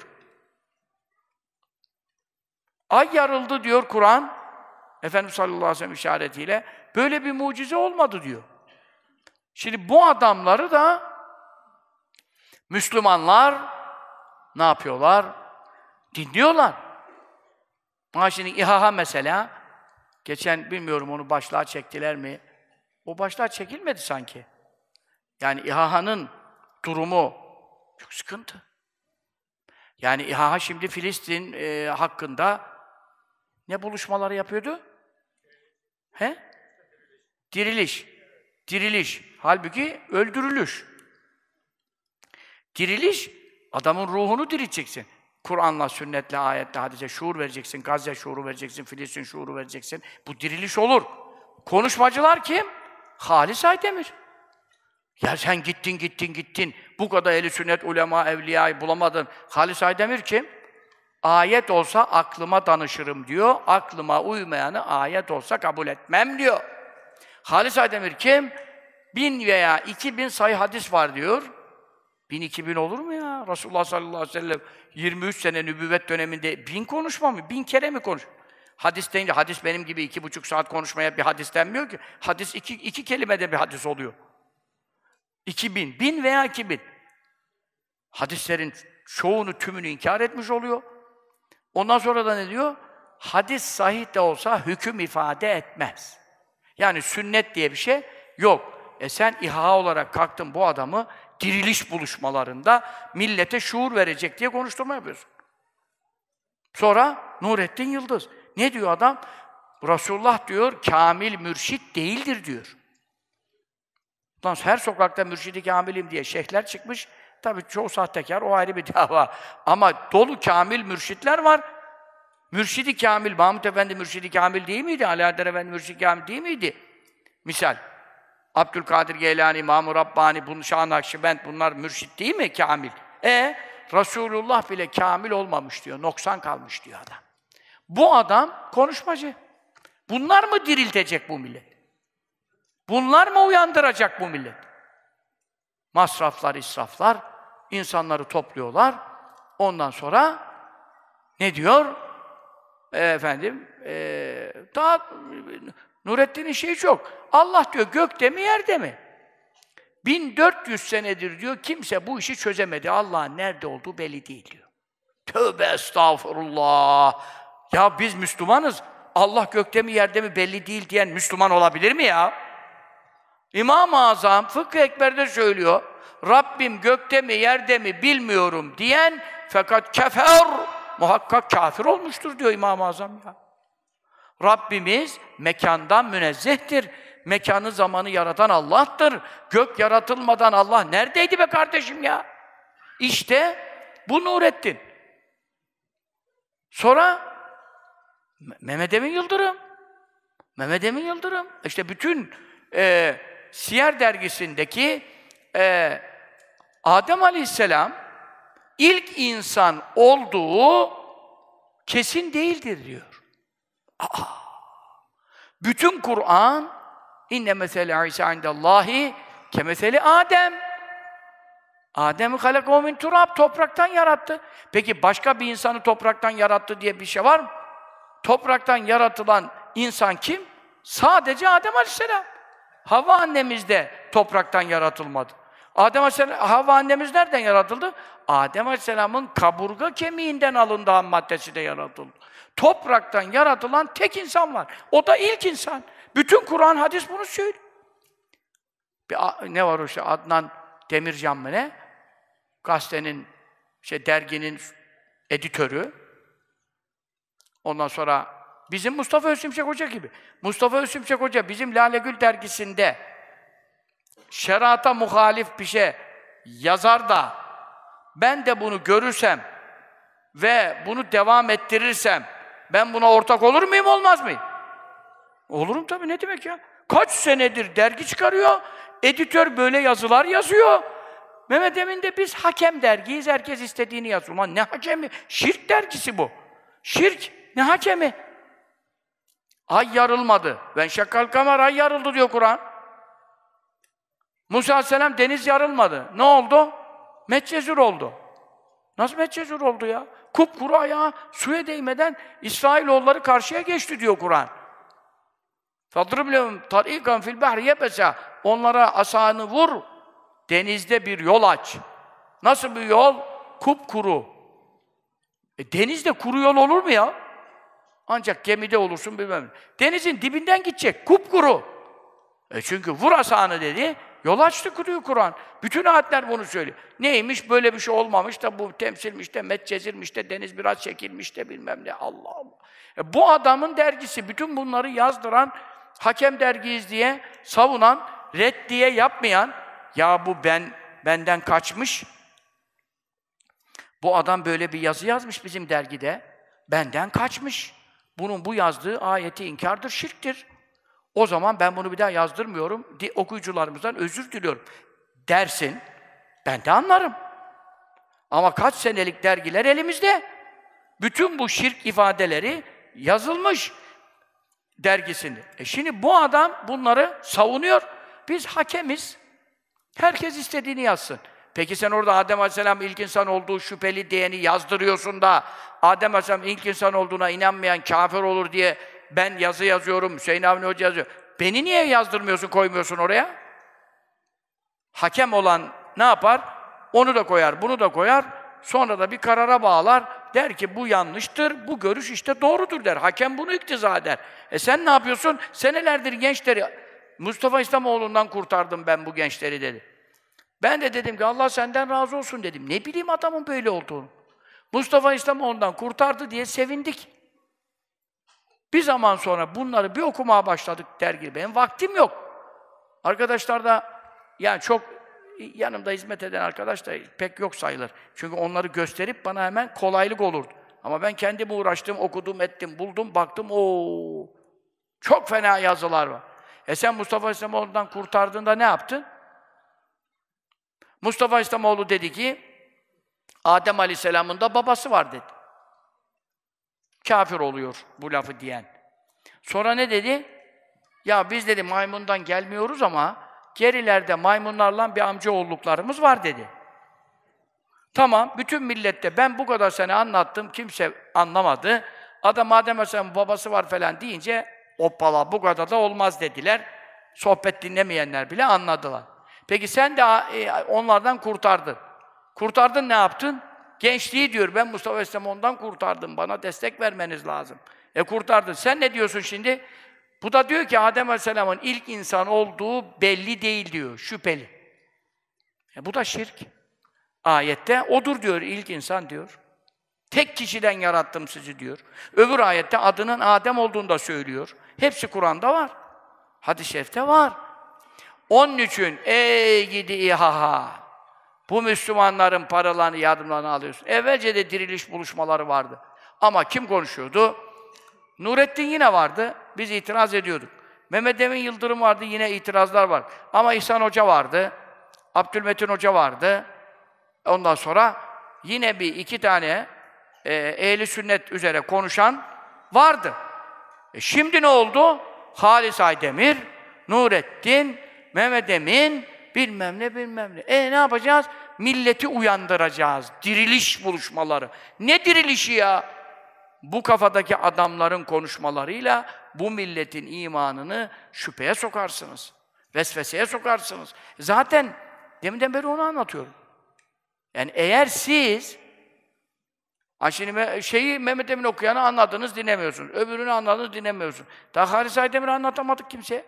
Ay yarıldı diyor Kur'an. Efendimiz sallallahu aleyhi ve sellem işaretiyle. Böyle bir mucize olmadı diyor. Şimdi bu adamları da Müslümanlar ne yapıyorlar? Dinliyorlar. Ama şimdi İHA mesela, geçen bilmiyorum onu başlığa çektiler mi? O başlığa çekilmedi sanki. Yani İHA'nın durumu çok sıkıntı. Yani İHA şimdi Filistin e, hakkında ne buluşmaları yapıyordu? He? Diriliş. Diriliş. Halbuki öldürülüş. Diriliş, adamın ruhunu dirilteceksin. Kur'an'la, sünnetle, ayetle, hadise şuur vereceksin, Gazze şuuru vereceksin, Filistin şuuru vereceksin. Bu diriliş olur. Konuşmacılar kim? Halis Aydemir. Ya sen gittin, gittin, gittin. Bu kadar ehli sünnet, ulema, evliyayı bulamadın. Halis Aydemir kim? Ayet olsa aklıma danışırım diyor. Aklıma uymayanı ayet olsa kabul etmem diyor. Halis Aydemir kim? Bin veya iki bin sayı hadis var diyor. Bin iki bin olur mu ya? Resulullah sallallahu aleyhi ve sellem yirmi üç sene nübüvvet döneminde bin konuşma mı? Bin kere mi konuş? Hadis deyince, hadis benim gibi iki buçuk saat konuşmaya bir hadis denmiyor ki. Hadis iki, iki kelimede bir hadis oluyor. İki bin, bin veya iki bin. Hadislerin çoğunu, tümünü inkar etmiş oluyor. Ondan sonra da ne diyor? Hadis sahih de olsa hüküm ifade etmez. Yani sünnet diye bir şey yok. E sen İHA olarak kalktın bu adamı diriliş buluşmalarında millete şuur verecek diye konuşturma yapıyorsun. Sonra Nurettin Yıldız. Ne diyor adam? Resulullah diyor, kamil mürşit değildir diyor. Ulan her sokakta mürşidi kamilim diye şeyhler çıkmış. Tabii çoğu sahtekâr, o ayrı bir dava. Ama dolu kamil mürşitler var. Mürşidi kamil, Mahmud Efendi mürşidi kamil değil miydi? Ali Adder Efendi mürşidi kamil değil miydi? Misal, Abdülkadir Geylani, İmam-ı Rabbani, bunun Şah-ı Nakşibend, bunlar mürşit değil mi? Kamil. E Resulullah bile kamil olmamış diyor, noksan kalmış diyor adam. Bu adam konuşmacı. Bunlar mı diriltecek bu millet? Bunlar mı uyandıracak bu millet? Masraflar, israflar, insanları topluyorlar. Ondan sonra ne diyor? E, efendim, e, daha Nurettin'in şeyi çok. Allah diyor, gökte mi, yerde mi? bin dört yüz senedir diyor, kimse bu işi çözemedi. Allah'ın nerede olduğu belli değil diyor. Tövbe estağfurullah! Ya biz Müslümanız, Allah gökte mi, yerde mi belli değil diyen Müslüman olabilir mi ya? İmam-ı Azam Fıkh-ı Ekber'de söylüyor, Rabbim gökte mi, yerde mi bilmiyorum diyen fakat kefer, muhakkak kafir olmuştur diyor İmam-ı Azam ya. Rabbimiz mekandan münezzehtir. Mekanı, zamanı yaratan Allah'tır. Gök yaratılmadan Allah neredeydi be kardeşim ya? İşte bu Nurettin. Sonra Mehmet Emin Yıldırım. Mehmet Emin Yıldırım. İşte bütün e, Siyer dergisindeki e, Adem Aleyhisselam ilk insan olduğu kesin değildir diyor. Aa! Bütün Kur'an İnne mesele İsa indallahi kemeseli Adem. Adem'i halakahu min turab, topraktan yarattı. Peki başka bir insanı topraktan yarattı diye bir şey var mı? Topraktan yaratılan insan kim? Sadece Adem Aleyhisselam. Havva annemiz de topraktan yaratılmadı. Adem Aleyhisselam, Havva annemiz nereden yaratıldı? Adem Aleyhisselam'ın kaburga kemiğinden alındığı ham maddesi de yaratıldı. Topraktan yaratılan tek insan var. O da ilk insan. Bütün Kur'an, hadis bunu söylüyor. Bir, ne var o işte Adnan Demircan mı ne? Gazetenin, şey derginin editörü. Ondan sonra bizim Mustafa Özsimşek Hoca gibi. Mustafa Özsimşek Hoca bizim Lale Gül dergisinde şerata muhalif bir şey yazar da ben de bunu görürsem ve bunu devam ettirirsem ben buna ortak olur muyum, olmaz mıyım? Olurum tabii, ne demek ya? Kaç senedir dergi çıkarıyor, editör böyle yazılar yazıyor. Mehmet Emin de biz hakem dergiyiz, herkes istediğini yazıyor. Ulan ne hakemi? Şirk dergisi bu. Şirk, ne hakemi? Ay yarılmadı. Ben şakkal kamar, ay yarıldı diyor Kur'an. Musa Aleyhisselam deniz yarılmadı. Ne oldu? Medcezir oldu. Nasıl Medcezir oldu ya? Kupkuru ayağı suya değmeden İsrailoğulları karşıya geçti diyor Kur'an. فَضْرِبْ لَهُمْ طَرِيقًا فِي الْبَحْرِ يَبَسَا Onlara asanı vur, denizde bir yol aç. Nasıl bir yol? Kupkuru. E, denizde kuru yol olur mu ya? Ancak gemide olursun bilmem. Denizin dibinden gidecek, kupkuru. E çünkü vur asanı dedi, yol açtı kuruyor Kur'an. Bütün ayetler bunu söylüyor. Neymiş, böyle bir şey olmamış da bu temsilmiş de, Medcezirmiş de, deniz biraz çekilmiş de bilmem ne. Allah Allah. E, bu adamın dergisi, bütün bunları yazdıran, hakem dergiyiz diye savunan, reddiye yapmayan, ya bu ben benden kaçmış. Bu adam böyle bir yazı yazmış bizim dergide. Benden kaçmış. Bunun bu yazdığı ayeti inkardır, şirktir. O zaman ben bunu bir daha yazdırmıyorum. Okuyucularımızdan özür diliyorum dersin. Ben de anlarım. Ama kaç senelik dergiler elimizde. Bütün bu şirk ifadeleri yazılmış dergisinde. E şimdi bu adam bunları savunuyor. Biz hakemiz. Herkes istediğini yazsın. Peki sen orada Adem Aleyhisselam ilk insan olduğu şüpheli diyeni yazdırıyorsun da Adem Aleyhisselam ilk insan olduğuna inanmayan kafir olur diye ben yazı yazıyorum, Hüseyin Avni Hoca yazıyor. Beni niye yazdırmıyorsun, koymuyorsun oraya? Hakem olan ne yapar? Onu da koyar, bunu da koyar. Sonra da bir karara bağlar. Der ki bu yanlıştır, bu görüş işte doğrudur der. Hakem bunu iktiza eder. E sen ne yapıyorsun? Senelerdir gençleri, Mustafa İslamoğlu'ndan kurtardım ben bu gençleri dedi. Ben de dedim ki Allah senden razı olsun dedim. Ne bileyim adamın böyle olduğunu. Mustafa İslamoğlu'ndan kurtardı diye sevindik. Bir zaman sonra bunları bir okumaya başladık dergi. Benim vaktim yok. Arkadaşlar da yani çok yanımda hizmet eden arkadaş da pek yok sayılır. Çünkü onları gösterip bana hemen kolaylık olurdu. Ama ben kendim uğraştım, okudum, ettim, buldum, baktım. Oo, çok fena yazılar var. E sen Mustafa İslamoğlu'ndan kurtardığında ne yaptın? Mustafa İslamoğlu dedi ki Adem Aleyhisselam'ın da babası var dedi. Kafir oluyor bu lafı diyen. Sonra ne dedi? Ya biz dedi maymundan gelmiyoruz ama gerilerde maymunlarla bir amcaoğullarımız var dedi. Tamam, bütün millette ben bu kadar sene anlattım, kimse anlamadı. Adam Adem Aleyhisselam'ın babası var falan deyince hoppala bu kadar da olmaz dediler. Sohbet dinlemeyenler bile anladılar. Peki sen de onlardan kurtardın. Kurtardın ne yaptın? Gençliği diyor, ben Mustafa Aleyhisselam'ı ondan kurtardım, bana destek vermeniz lazım. E kurtardın. Sen ne diyorsun şimdi? Bu da diyor ki Adem Aleyhisselam'ın ilk insan olduğu belli değil diyor, şüpheli. E bu da şirk. Ayette odur diyor, ilk insan diyor. Tek kişiden yarattım sizi diyor. Öbür ayette adının Adem olduğunu da söylüyor. Hepsi Kur'an'da var. Hadis-i şerifte var. Onun için ey gidi İHA! Bu Müslümanların paralarını, yardımlarını alıyorsun. Evvelce de diriliş buluşmaları vardı. Ama kim konuşuyordu? Nurettin yine vardı. Biz itiraz ediyorduk. Mehmet Emin Yıldırım vardı. Yine itirazlar var. Ama İhsan Hoca vardı. Abdülmetin Hoca vardı. Ondan sonra yine bir iki tane e, ehli sünnet üzere konuşan vardı. E şimdi ne oldu? Halis Aydemir, Nurettin, Mehmet Emin, bilmem ne bilmem ne. E ne yapacağız? Milleti uyandıracağız. Diriliş buluşmaları. Ne dirilişi ya? Bu kafadaki adamların konuşmalarıyla bu milletin imanını şüpheye sokarsınız. Vesveseye sokarsınız. Zaten deminden beri onu anlatıyorum. Yani eğer siz ha şimdi şeyi Mehmet Emin okuyanı anladınız, dinlemiyorsunuz. Öbürünü anladınız, dinlemiyorsunuz. Daha Halis Aydemir'i anlatamadık kimseye.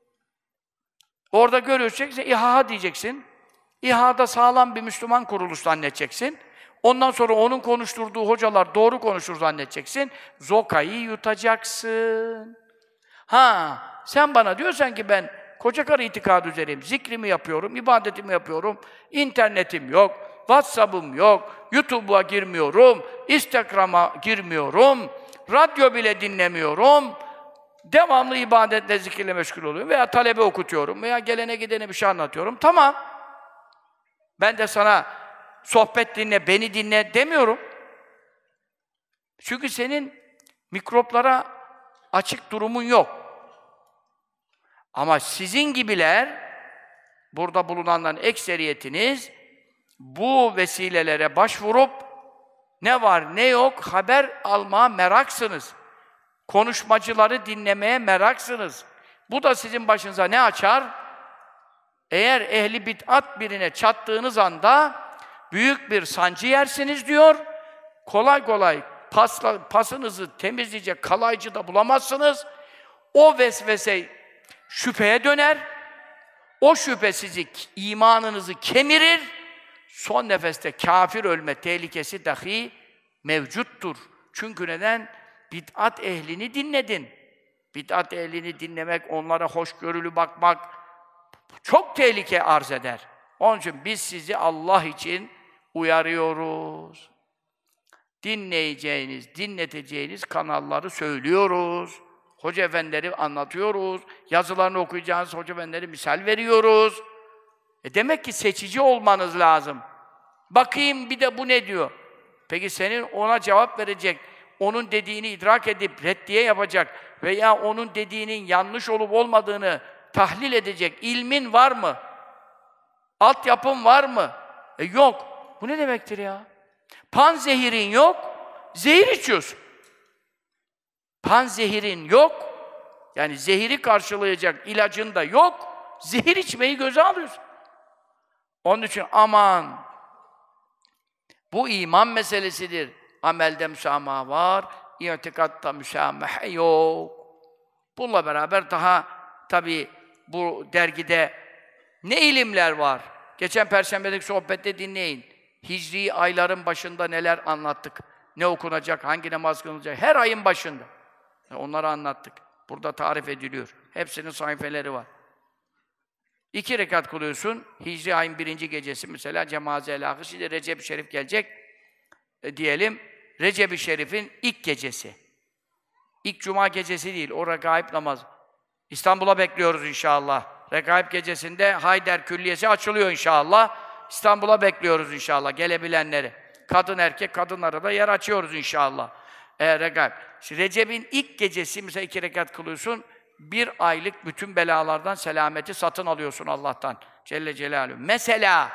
Orada görüyorsun, İHA diyeceksin. İHA'da sağlam bir Müslüman kuruluş zannedeceksin. Ondan sonra onun konuşturduğu hocalar doğru konuşur zannedeceksin. Zoka'yı yutacaksın. Ha, sen bana diyorsan ki ben kocakarı itikadı üzereyim, zikrimi yapıyorum, ibadetimi yapıyorum, internetim yok, WhatsApp'ım yok, YouTube'a girmiyorum, Instagram'a girmiyorum, radyo bile dinlemiyorum, devamlı ibadetle, zikirle meşgul oluyorum veya talebe okutuyorum veya gelene gidene bir şey anlatıyorum. Tamam. Ben de sana sohbet dinle, beni dinle demiyorum. Çünkü senin mikroplara açık durumun yok. Ama sizin gibiler, burada bulunanların ekseriyetiniz, bu vesilelere başvurup ne var ne yok haber almaya meraksınız. Konuşmacıları dinlemeye meraksınız. Bu da sizin başınıza ne açar? Eğer ehli bid'at birine çattığınız anda büyük bir sancı yersiniz diyor. Kolay kolay pasla, pasınızı temizleyecek kalaycı da bulamazsınız. O vesvese şüpheye döner. O şüphe sizi, imanınızı kemirir. Son nefeste kafir ölme tehlikesi dahi mevcuttur. Çünkü neden? Bid'at ehlini dinledin. Bid'at ehlini dinlemek, onlara hoşgörülü bakmak çok tehlike arz eder. Onun için biz sizi Allah için uyarıyoruz. Dinleyeceğiniz, dinleteceğiniz kanalları söylüyoruz. Hoca efendileri anlatıyoruz. Yazılarını okuyacağınız hoca efendileri misal veriyoruz. E demek ki seçici olmanız lazım. Bakayım bir de bu ne diyor? Peki senin ona cevap verecek, onun dediğini idrak edip reddiye yapacak veya onun dediğinin yanlış olup olmadığını tahlil edecek ilmin var mı? Altyapın var mı? E yok. Bu ne demektir ya? Panzehirin yok, zehir içiyorsun. Panzehirin yok, yani zehiri karşılayacak ilacın da yok, zehir içmeyi göze alıyorsun. Onun için aman, bu iman meselesidir. Amelde müsamaha var, i'tikatta müsamaha yok. Bununla beraber daha tabii bu dergide ne ilimler var? Geçen Perşembe'deki sohbette dinleyin. Hicri ayların başında neler anlattık? Ne okunacak, hangi namaz kılınacak? Her ayın başında. Onları anlattık. Burada tarif ediliyor. Hepsinin sayfeleri var. İki rekat kılıyorsun. Hicri ayın birinci gecesi mesela Cemaze-i Ahir. Şimdi Recep-i Şerif gelecek. E, diyelim Recep-i Şerif'in ilk gecesi. İlk cuma gecesi değil. O regaib namaz. İstanbul'a bekliyoruz inşallah. Regaib gecesinde Hayder Külliyesi açılıyor inşallah. İstanbul'a bekliyoruz inşallah gelebilenleri. Kadın erkek kadınlara da yer açıyoruz inşallah. E, regaib. Şimdi Recep'in ilk gecesi mesela iki rekat kılıyorsun. Bir aylık bütün belalardan selameti satın alıyorsun Allah'tan. Celle Celaluhu. Mesela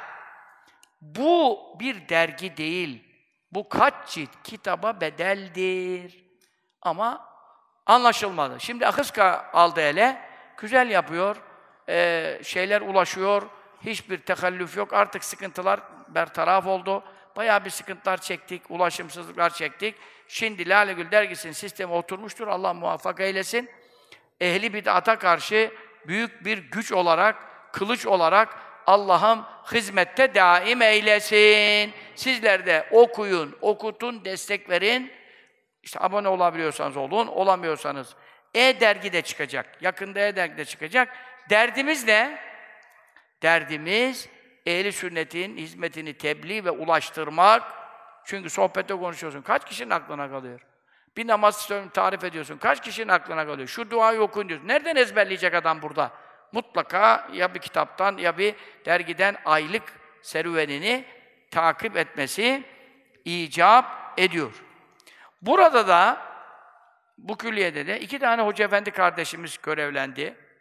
bu bir dergi değil. Bu kaç cilt kitaba bedeldir. Ama anlaşılmadı. Şimdi Akıska aldı ele. Güzel yapıyor. Ee, şeyler ulaşıyor. Hiçbir tekallüf yok. Artık sıkıntılar bertaraf oldu. Bayağı bir sıkıntılar çektik. Ulaşımsızlıklar çektik. Şimdi Lale Gül dergisinin sistemi oturmuştur. Allah muvaffak eylesin. Ehli bid'ata karşı büyük bir güç olarak, kılıç olarak Allah'ım hizmette daim eylesin. Sizler de okuyun, okutun, destek verin. İşte abone olabiliyorsanız olun, olamıyorsanız E-Dergi'de çıkacak. Yakında E-Dergi'de çıkacak. Derdimiz ne? Derdimiz ehli sünnetin hizmetini tebliğ ve ulaştırmak. Çünkü sohbette konuşuyorsun. Kaç kişinin aklına kalıyor? Bir namaz tarif ediyorsun. Kaç kişinin aklına kalıyor? Şu duayı okuyun diyorsun. Nereden ezberleyecek adam burada? Mutlaka ya bir kitaptan ya bir dergiden aylık serüvenini takip etmesi icap ediyor. Burada da bu külliyede de iki tane hoca efendi kardeşimiz görevlendi.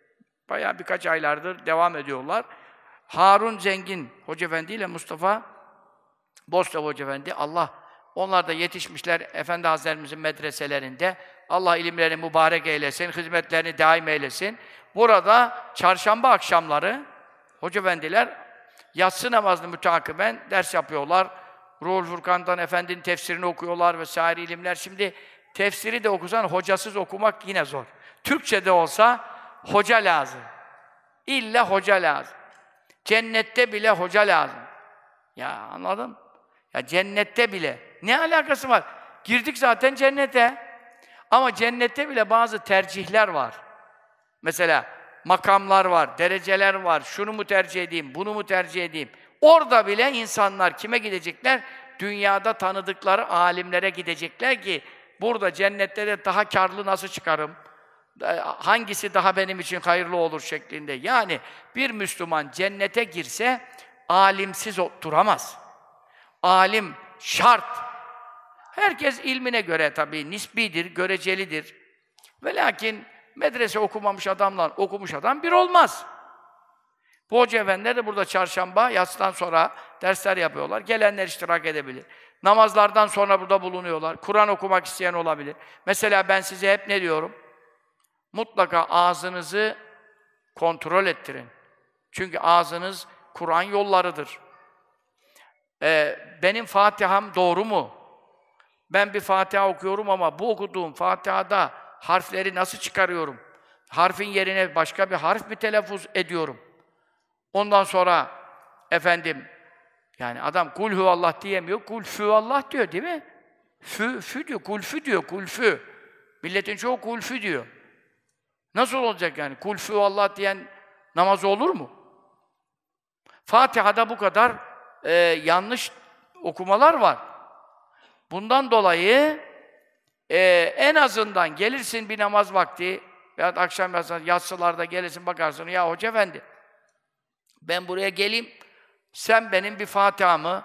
Bayağı birkaç aylardır devam ediyorlar. Harun Zengin Hoca Efendi ile Mustafa Bostov Hoca Efendi, Allah, onlar da yetişmişler Efendi Hazretlerimizin medreselerinde. Allah ilimlerini mübarek eylesin, hizmetlerini daim eylesin. Burada çarşamba akşamları Hoca Efendiler yatsı namazını müteakiben ders yapıyorlar. Ruhul Furkan'dan Efendinin tefsirini okuyorlar vesaire ilimler. Şimdi tefsiri de okusan hocasız okumak yine zor. Türkçe'de olsa hoca lazım. İlla hoca lazım. Cennette bile hoca lazım. Ya anladın? Ya cennette bile. Ne alakası var? Girdik zaten cennete. Ama cennette bile bazı tercihler var. Mesela makamlar var, dereceler var. Şunu mu tercih edeyim, bunu mu tercih edeyim? Orada bile insanlar kime gidecekler? Dünyada tanıdıkları alimlere gidecekler ki burada cennette de daha karlı nasıl çıkarım? Hangisi daha benim için hayırlı olur şeklinde. Yani bir Müslüman cennete girse alimsiz duramaz. Alim şart. Herkes ilmine göre tabii nisbidir, görecelidir. Ve lakin medrese okumamış adamla okumuş adam bir olmaz. Bu hoca efendiler de burada çarşamba, yatsıdan sonra dersler yapıyorlar. Gelenler iştirak edebilir. Namazlardan sonra burada bulunuyorlar. Kur'an okumak isteyen olabilir. Mesela ben size hep ne diyorum? Mutlaka ağzınızı kontrol ettirin. Çünkü ağzınız Kur'an yollarıdır. Ee, benim Fatiha'm doğru mu? Ben bir Fatiha okuyorum ama bu okuduğum Fatiha'da harfleri nasıl çıkarıyorum? Harfin yerine başka bir harf mi telaffuz ediyorum? Ondan sonra efendim, yani adam kul huvallah diyemiyor, kul füvallah diyor değil mi? Fü, fü diyor, kulfü diyor, kulfü. Milletin çoğu kulfü diyor. Nasıl olacak yani? Kul füvallah diyen namaz olur mu? Fatiha'da bu kadar e, yanlış okumalar var. Bundan dolayı e, en azından gelirsin bir namaz vakti veya akşam yatsılarda gelirsin bakarsın, ya hoca efendi ben buraya geleyim, sen benim bir Fatiha'mı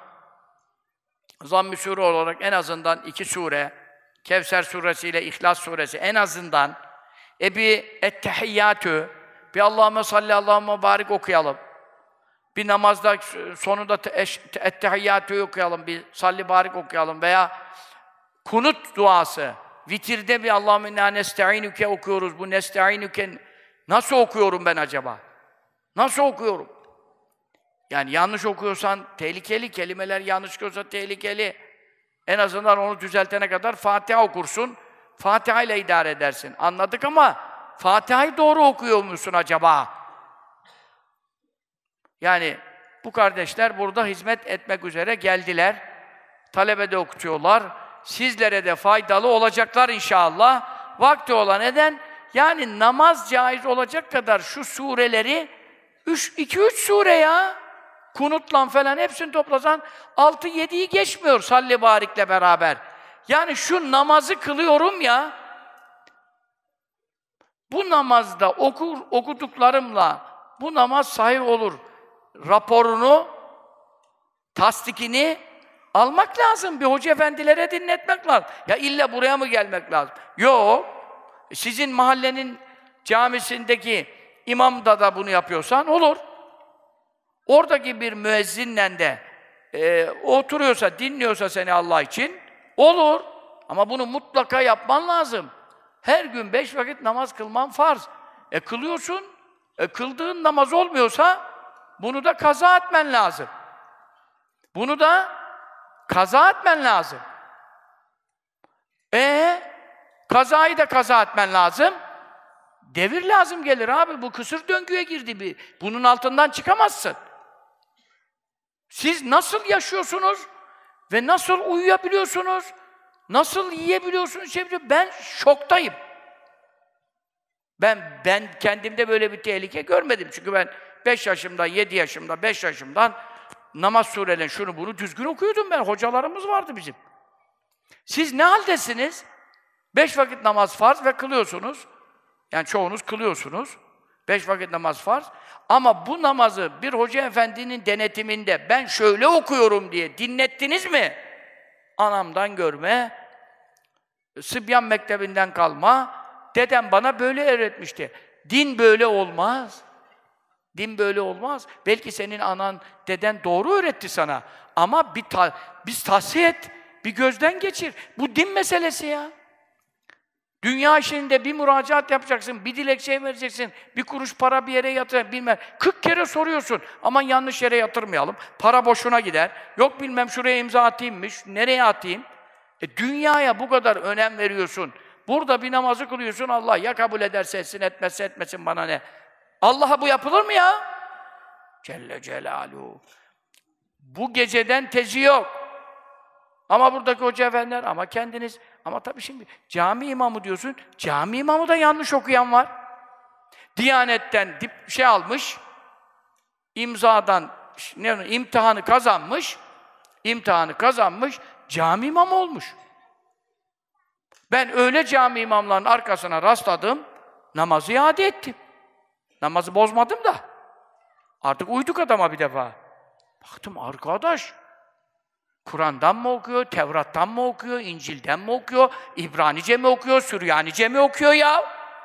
zamm-ı sure olarak en azından iki sure, Kevser suresi ile İhlas suresi en azından e bir ettehiyyatü, bir Allahümme salli Allahümme barik okuyalım. Bir namazda sonunda ettehiyyatü okuyalım, bir salli barik okuyalım veya kunut duası, vitirde bir Allahümme inna nesta'inüke okuyoruz. Bu nesta'inüke nasıl okuyorum ben acaba? Nasıl okuyorum? Yani yanlış okuyorsan tehlikeli, kelimeler yanlış okuyorsa tehlikeli. En azından onu düzeltene kadar Fatiha okursun. Fatiha ile idare edersin. Anladık ama Fatiha'yı doğru okuyor musun acaba? Yani bu kardeşler burada hizmet etmek üzere geldiler. Talebe de okutuyorlar. Sizlere de faydalı olacaklar inşallah. Vakti olan neden? Yani namaz caiz olacak kadar şu sureleri iki üç sure ya. Kunutla falan hepsini toplasan altı yediyi geçmiyor salli barikle beraber. Yani şu namazı kılıyorum ya. Bu namazda okur okuduklarımla bu namaz sahih olur. Raporunu, tasdikini almak lazım. Bir hoca efendilere dinletmek lazım. Ya illa buraya mı gelmek lazım? Yok. Sizin mahallenin camisindeki imam da da bunu yapıyorsan olur. Oradaki bir müezzinle de e, oturuyorsa, dinliyorsa seni Allah için olur. Ama bunu mutlaka yapman lazım. Her gün beş vakit namaz kılman farz. E kılıyorsun, e, kıldığın namaz olmuyorsa bunu da kaza etmen lazım. Bunu da kaza etmen lazım. E kazayı da kaza etmen lazım. Devir lazım gelir abi. Bu kısır döngüye girdi bir. Bunun altından çıkamazsın. Siz nasıl yaşıyorsunuz ve nasıl uyuyabiliyorsunuz? Nasıl yiyebiliyorsunuz? Ben şoktayım. Ben ben kendimde böyle bir tehlike görmedim. Çünkü ben beş yaşımda, yedi yaşımda, beş yaşımdan namaz surelerini şunu bunu düzgün okuyordum ben. Hocalarımız vardı bizim. Siz ne haldesiniz? Beş vakit namaz farz ve kılıyorsunuz. Yani çoğunuz kılıyorsunuz. Beş vakit namaz farz. Ama bu namazı bir hoca efendinin denetiminde ben şöyle okuyorum diye dinlettiniz mi? Anamdan görme, Sıbyan Mektebi'nden kalma, dedem bana böyle öğretmişti. Din böyle olmaz. Din böyle olmaz. Belki senin anan, deden doğru öğretti sana. Ama bir ta biz tahsiye et, bir gözden geçir. Bu din meselesi ya. Dünya işinde bir müracaat yapacaksın, bir dilekçe vereceksin, bir kuruş para bir yere yatır, bilmem. kırk kere soruyorsun. Aman yanlış yere yatırmayalım, para boşuna gider. Yok bilmem şuraya imza atayımmış, nereye atayım? E, dünyaya bu kadar önem veriyorsun. Burada bir namazı kılıyorsun, Allah ya kabul ederse etsin, etmezse etmesin bana ne? Allah'a bu yapılır mı ya? Celle Celaluhu. Bu geceden tezi yok. Ama buradaki hoca efendiler, ama kendiniz, ama tabii şimdi cami imamı diyorsun, cami imamı da yanlış okuyan var. Diyanetten dip şey almış, imzadan ne imtihanı kazanmış, imtihanı kazanmış, cami imamı olmuş. Ben öyle cami imamlarının arkasına rastladım, namazı iade ettim. Namazı bozmadım da. Artık uyduk adama bir defa. Baktım arkadaş, Kur'an'dan mı okuyor, Tevrat'tan mı okuyor, İncil'den mi okuyor, İbranice mi okuyor, Süryanice mi okuyor ya?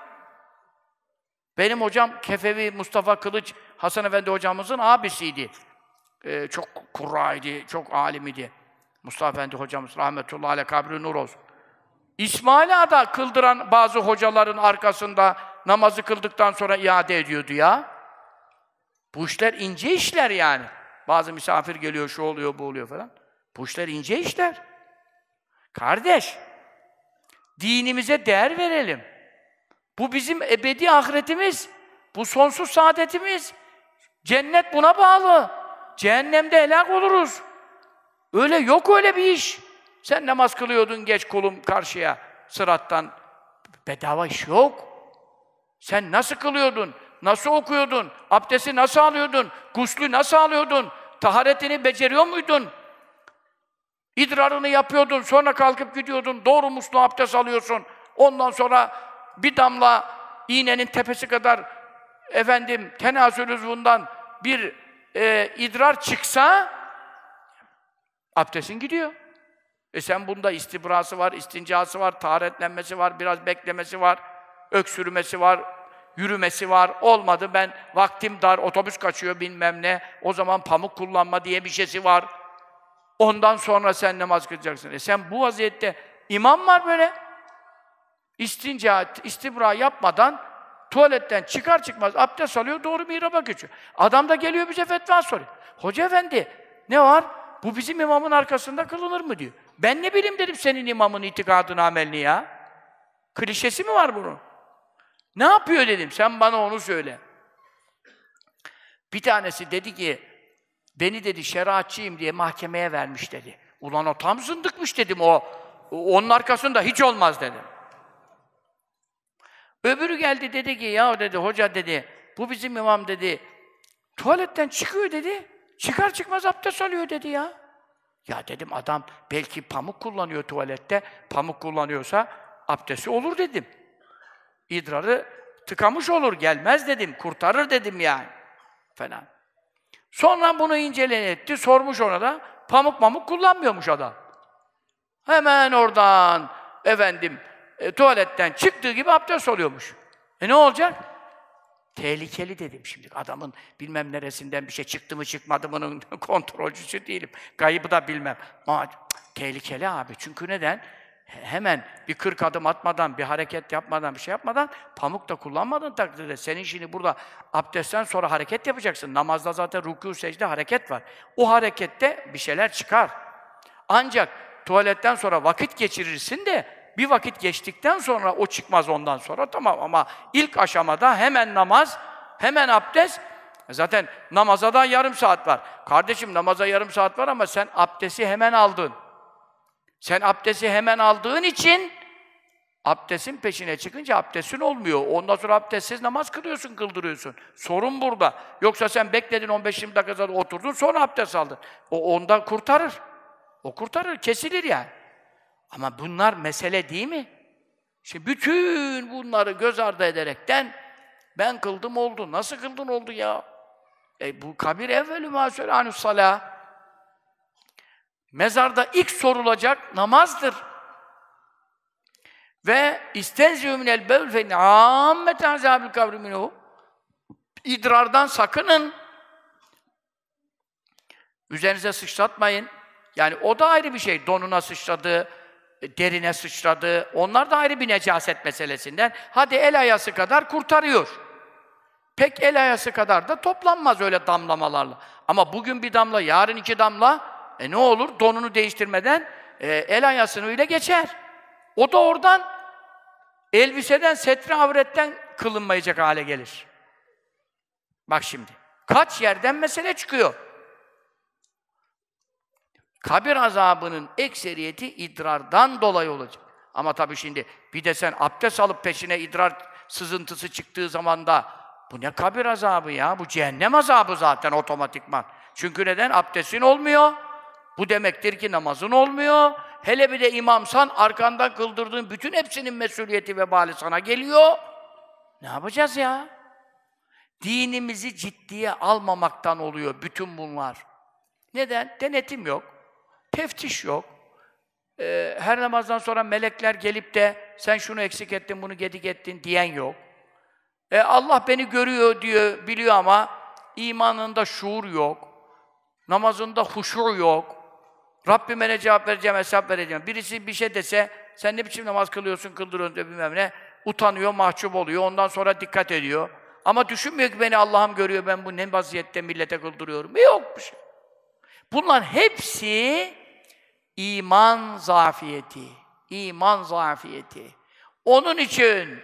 Benim hocam Kefevi Mustafa Kılıç, Hasan Efendi hocamızın abisiydi. Ee, çok kurraydı, çok alim idi. Mustafa Efendi hocamız, rahmetullahi aleyh, kabri nur olsun. İsmail Ağa'da kıldıran bazı hocaların arkasında namazı kıldıktan sonra iade ediyordu ya. Bu işler ince işler yani. Bazı misafir geliyor, şu oluyor, bu oluyor falan. Bu işler ince işler. Kardeş, dinimize değer verelim. Bu bizim ebedi ahiretimiz. Bu sonsuz saadetimiz. Cennet buna bağlı. Cehennemde helak oluruz. Öyle yok öyle bir iş. Sen namaz kılıyordun geç kulum karşıya, sırattan. Bedava iş yok. Sen nasıl kılıyordun? Nasıl okuyordun? Abdesti nasıl alıyordun? Guslü nasıl alıyordun? Taharetini beceriyor muydun? İdrarını yapıyordun, sonra kalkıp gidiyordun, doğru muslu abdest alıyorsun. Ondan sonra bir damla iğnenin tepesi kadar efendim tenasül uzvundan bir e, idrar çıksa abdestin gidiyor. E sen bunda istibrası var, istincası var, taharetlenmesi var, biraz beklemesi var, öksürmesi var, yürümesi var. Olmadı, ben vaktim dar, otobüs kaçıyor bilmem ne. O zaman pamuk kullanma diye bir şeysi var. Ondan sonra sen namaz kılacaksın. E sen bu vaziyette imam var böyle. İstinca, istibra yapmadan tuvaletten çıkar çıkmaz abdest alıyor, doğru mihraba geçiyor. Adam da geliyor bize fetva soruyor. Hoca efendi, ne var? Bu bizim imamın arkasında kılınır mı diyor. Ben ne bileyim dedim senin imamın itikadını, amelini ya. Klişesi mi var bunun? Ne yapıyor dedim, sen bana onu söyle. Bir tanesi dedi ki, beni dedi şeriatçıyım diye mahkemeye vermiş dedi. Ulan o tam zındıkmış dedim o. Onun arkasında hiç olmaz dedim. Öbürü geldi dedi ki, ya dedi hoca dedi, bu bizim imam dedi, tuvaletten çıkıyor dedi, çıkar çıkmaz abdest alıyor dedi ya. Ya dedim adam belki pamuk kullanıyor tuvalette, pamuk kullanıyorsa abdesti olur dedim. İdrarı tıkamış olur, gelmez dedim, kurtarır dedim yani. Falan. Sonra bunu incelen etti, sormuş ona da, pamuk mamuk kullanmıyormuş adam. Hemen oradan, efendim, e, tuvaletten çıktığı gibi abdest oluyormuş. E ne olacak? Tehlikeli dedim şimdi. Adamın bilmem neresinden bir şey çıktı mı çıkmadı mı'nın kontrolcüsü değilim. Gaybı da bilmem. Ama tehlikeli abi. Çünkü neden? Hemen bir kırk adım atmadan, bir hareket yapmadan, bir şey yapmadan, pamuk da kullanmadığın takdirde senin şimdi burada abdestten sonra hareket yapacaksın. Namazda zaten rükû, secde, hareket var. O harekette bir şeyler çıkar. Ancak tuvaletten sonra vakit geçirirsin de bir vakit geçtikten sonra o çıkmaz ondan sonra, tamam, ama ilk aşamada hemen namaz, hemen abdest. Zaten namaza da yarım saat var. Kardeşim namaza yarım saat var ama sen abdesti hemen aldın. Sen abdesti hemen aldığın için abdestin peşine çıkınca abdestin olmuyor. Ondan sonra abdestsiz namaz kılıyorsun, kıldırıyorsun. Sorun burada. Yoksa sen bekledin on beş yirmi dakika oturdun, sonra abdest aldın. O onda kurtarır. O kurtarır, kesilir yani. Ama bunlar mesele değil mi? Şimdi bütün bunları göz ardı ederekten ben kıldım oldu. Nasıl kıldın oldu ya? E bu kabir evvelü mâ sölânus salâh. Mezarda ilk sorulacak namazdır. Ve istenzî minel bewl fe inne âmmete azâbil kabri minhu. İdrardan sakının. Üzerinize sıçratmayın. Yani o da ayrı bir şey. Donuna sıçradı, derine sıçradı. Onlar da ayrı bir necaset meselesinden. Hadi el ayası kadar kurtarıyor. Pek el ayası kadar da toplanmaz öyle damlamalarla. Ama bugün bir damla, yarın iki damla, e ne olur? Donunu değiştirmeden e, el ayasını öyle geçer. O da oradan, elbiseden, setre avretten kılınmayacak hale gelir. Bak şimdi, kaç yerden mesele çıkıyor. Kabir azabının ekseriyeti idrardan dolayı olacak. Ama tabii şimdi bir de sen abdest alıp peşine idrar sızıntısı çıktığı zaman da bu ne kabir azabı ya? Bu cehennem azabı zaten otomatikman. Çünkü neden? Abdestin olmuyor. Bu demektir ki namazın olmuyor. Hele bir de imamsan arkandan kıldırdığın bütün hepsinin mesuliyeti vebali sana geliyor. Ne yapacağız ya? Dinimizi ciddiye almamaktan oluyor bütün bunlar. Neden? Denetim yok. Teftiş yok. Ee, her namazdan sonra melekler gelip de sen şunu eksik ettin, bunu gedik ettin diyen yok. Ee, Allah beni görüyor diyor, biliyor ama imanında şuur yok. Namazında huşu yok. Rabbime ne cevap vereceğim, hesap vereceğim. Birisi bir şey dese, sen ne biçim namaz kılıyorsun, kıldırıyorsun de bilmem ne. Utanıyor, mahcup oluyor, ondan sonra dikkat ediyor. Ama düşünmüyor ki beni Allah'ım görüyor, ben bu ne vaziyette millete kıldırıyorum. Yok bir şey. Bunlar hepsi iman zafiyeti. İman zafiyeti. Onun için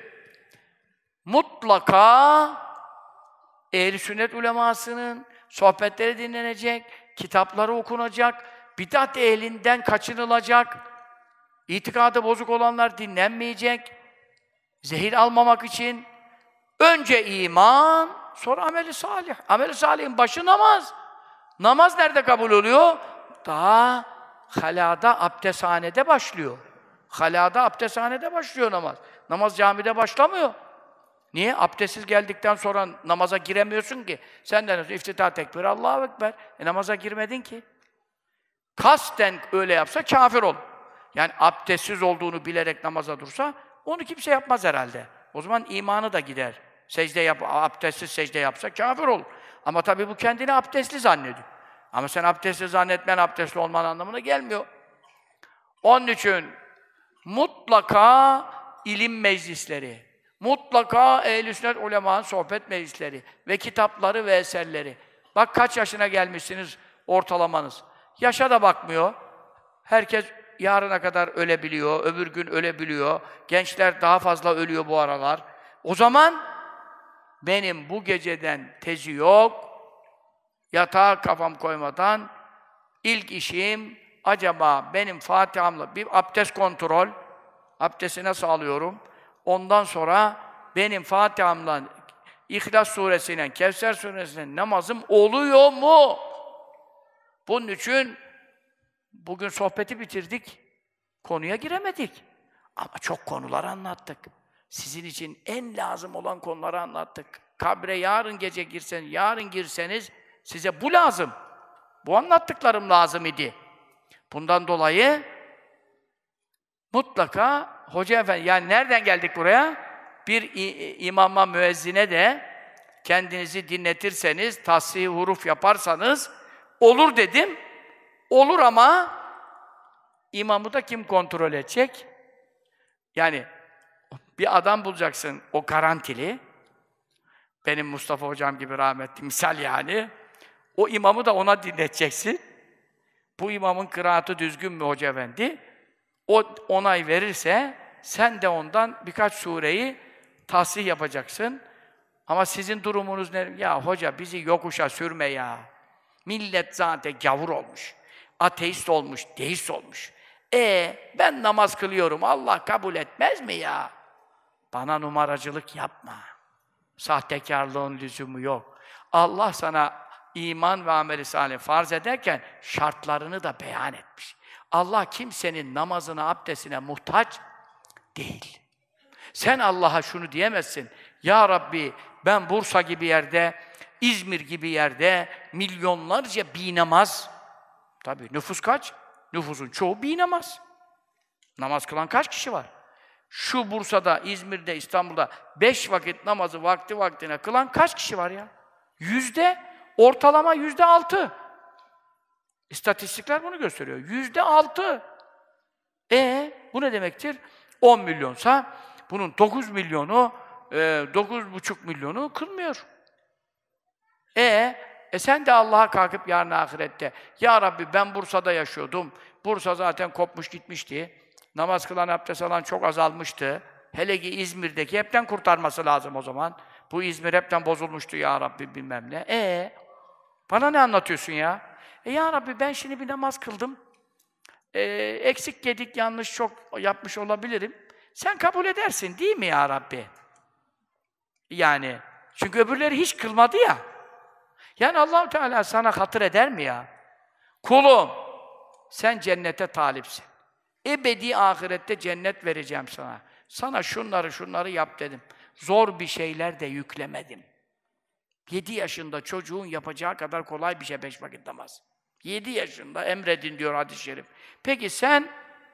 mutlaka ehl-i sünnet ulemasının sohbetleri dinlenecek, kitapları okunacak, bid'at ehlinden kaçınılacak, itikadı bozuk olanlar dinlenmeyecek, zehir almamak için önce iman, sonra ameli salih. Ameli salihin başı namaz. Namaz nerede kabul oluyor? Daha halada, abdesthanede başlıyor. Halada, abdesthanede başlıyor namaz. Namaz camide başlamıyor. Niye? Abdestsiz geldikten sonra namaza giremiyorsun ki. Sen de iftitah tekbir, Allahu Ekber. E namaza girmedin ki. Kasten öyle yapsa kafir olur. Yani abdestsiz olduğunu bilerek namaza dursa, onu kimse yapmaz herhalde. O zaman imanı da gider. Secde yap, abdestsiz secde yapsa kafir olur. Ama tabii bu kendini abdestli zannediyor. Ama sen abdestli zannetmen, abdestli olman anlamına gelmiyor. Onun için mutlaka ilim meclisleri, mutlaka ehl-i sünnet ulemanın sohbet meclisleri ve kitapları ve eserleri. Bak kaç yaşına gelmişsiniz ortalamanız. Yaşa da bakmıyor. Herkes yarına kadar ölebiliyor, öbür gün ölebiliyor. Gençler daha fazla ölüyor bu aralar. O zaman benim bu geceden tezi yok. Yatağa kafam koymadan ilk işim acaba benim Fatiha'mla bir abdest kontrol, abdesti nasıl alıyorum? Ondan sonra benim Fatiha'mla İhlas Suresi'yle, Kevser Suresi'yle namazım oluyor mu? Bunun için bugün sohbeti bitirdik, konuya giremedik. Ama çok konular anlattık. Sizin için en lazım olan konuları anlattık. Kabre yarın gece girseniz, yarın girseniz size bu lazım. Bu anlattıklarım lazım idi. Bundan dolayı mutlaka Hoca Efendi, yani nereden geldik buraya? Bir imama, müezzine de kendinizi dinletirseniz, tasih huruf yaparsanız olur dedim. Olur ama imamı da kim kontrol edecek? Yani bir adam bulacaksın, o garantili. Benim Mustafa Hocam gibi rahmetli, misal yani. O imamı da ona dinleteceksin. Bu imamın kıraatı düzgün mü Hoca Efendi? O onay verirse, sen de ondan birkaç sureyi tahsih yapacaksın. Ama sizin durumunuz ne? Ya hoca bizi yokuşa sürme ya. Millet zaten gavur olmuş. Ateist olmuş, deist olmuş. E ben namaz kılıyorum, Allah kabul etmez mi ya? Bana numaracılık yapma. Sahtekarlığın lüzumu yok. Allah sana iman ve amel-i salih farz ederken şartlarını da beyan etmiş. Allah kimsenin namazına, abdestine muhtaç değil. Sen Allah'a şunu diyemezsin. Ya Rabbi ben Bursa gibi yerde, İzmir gibi yerde milyonlarca binamaz. Tabii nüfus kaç? Nüfusun çoğu binamaz. Namaz kılan kaç kişi var? şu Bursa'da, İzmir'de, İstanbul'da beş vakit namazı vakti vaktine kılan kaç kişi var ya? Yüzde, ortalama yüzde altı. İstatistikler bunu gösteriyor. Yüzde altı. E bu ne demektir? on milyonsa bunun dokuz milyonu, e, dokuz buçuk milyonu kılmıyor. E, e sen de Allah'a kalkıp yarın ahirette, ya Rabbi ben Bursa'da yaşıyordum, Bursa zaten kopmuş gitmişti, namaz kılan, abdest alan çok azalmıştı, hele ki İzmir'deki hepten kurtarması lazım o zaman. Bu İzmir hepten bozulmuştu ya Rabbi bilmem ne. E bana ne anlatıyorsun ya? E ya Rabbi ben şimdi bir namaz kıldım, e, eksik gedik, yanlış çok yapmış olabilirim. Sen kabul edersin değil mi ya Rabbi? Yani, çünkü öbürleri hiç kılmadı ya. Yani Allah-u Teala sana hatır eder mi ya? Kulum, sen cennete talipsin. Ebedi ahirette cennet vereceğim sana. Sana şunları şunları yap dedim. Zor bir şeyler de yüklemedim. Yedi yaşında çocuğun yapacağı kadar kolay bir şey beş vakit namaz. Yedi yaşında emredin diyor hadis-i şerif. Peki sen,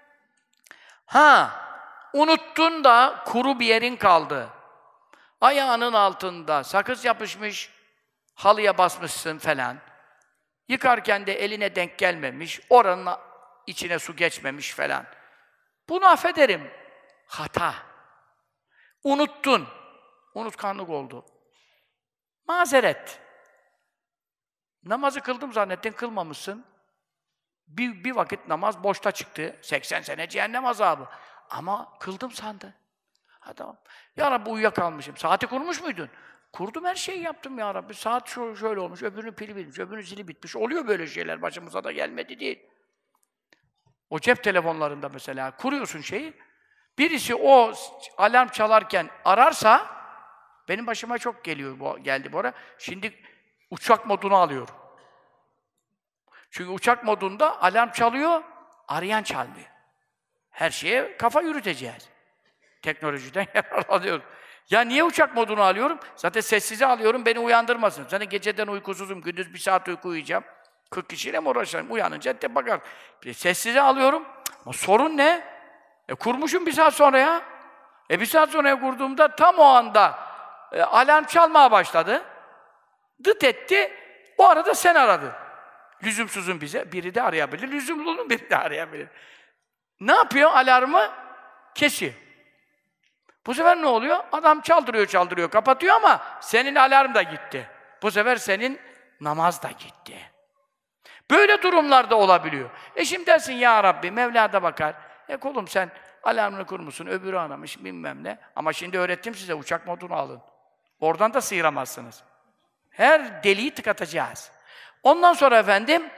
ha unuttun da kuru bir yerin kaldı. Ayağının altında sakız yapışmış, halıya basmışsın falan. Yıkarken de eline denk gelmemiş, oranın içine su geçmemiş falan. Bunu affederim. Hata. Unuttun. Unutkanlık oldu. Mazeret. Namazı kıldım zannettin, kılmamışsın. Bir, bir vakit namaz boşta çıktı. seksen sene cehennem azabı. Ama kıldım sandın. Ha tamam. Ya Rabbi uyuyakalmışım. Saati kurmuş muydun? Kurdum, her şeyi yaptım ya Rabbi. Saat şu, şöyle olmuş, öbürünün pili bitmiş, öbürünün zili bitmiş. Oluyor böyle şeyler, başımıza da gelmedi değil. O cep telefonlarında mesela kuruyorsun şeyi, birisi o alarm çalarken ararsa, benim başıma çok geliyor, bu, geldi bu ara. Şimdi uçak modunu alıyorum. Çünkü uçak modunda alarm çalıyor, arayan çalmıyor. Her şeye kafa yürüteceğiz. Teknolojiden yararlanıyoruz. Ya niye uçak modunu alıyorum? Zaten sessize alıyorum, beni uyandırmasın. Zaten geceden uykusuzum, gündüz bir saat uyku uyuyacağım. kırk kişiyle mi uğraşacağım? Uyanınca de bakar. Sessize alıyorum. Ama sorun ne? E kurmuşum bir saat sonra ya. E bir saat sonra kurduğumda tam o anda e, alarm çalmaya başladı. Dıt etti. O arada sen aradın. Lüzumsuzun bize. Biri de arayabilir. Lüzumlunun biri de arayabilir. Ne yapıyor? Alarmı kesiyor. Bu sefer ne oluyor? Adam çaldırıyor, çaldırıyor, kapatıyor ama senin alarm da gitti. Bu sefer senin namaz da gitti. Böyle durumlarda olabiliyor. E şimdi dersin ya Rabbi, Mevla da bakar. E kulum sen alarmını kurmuşsun, öbürü aramış, bilmem ne. Ama şimdi öğrettim size, uçak modunu alın. Oradan da sıyıramazsınız. Her deliği tıkatacağız. Ondan sonra efendim,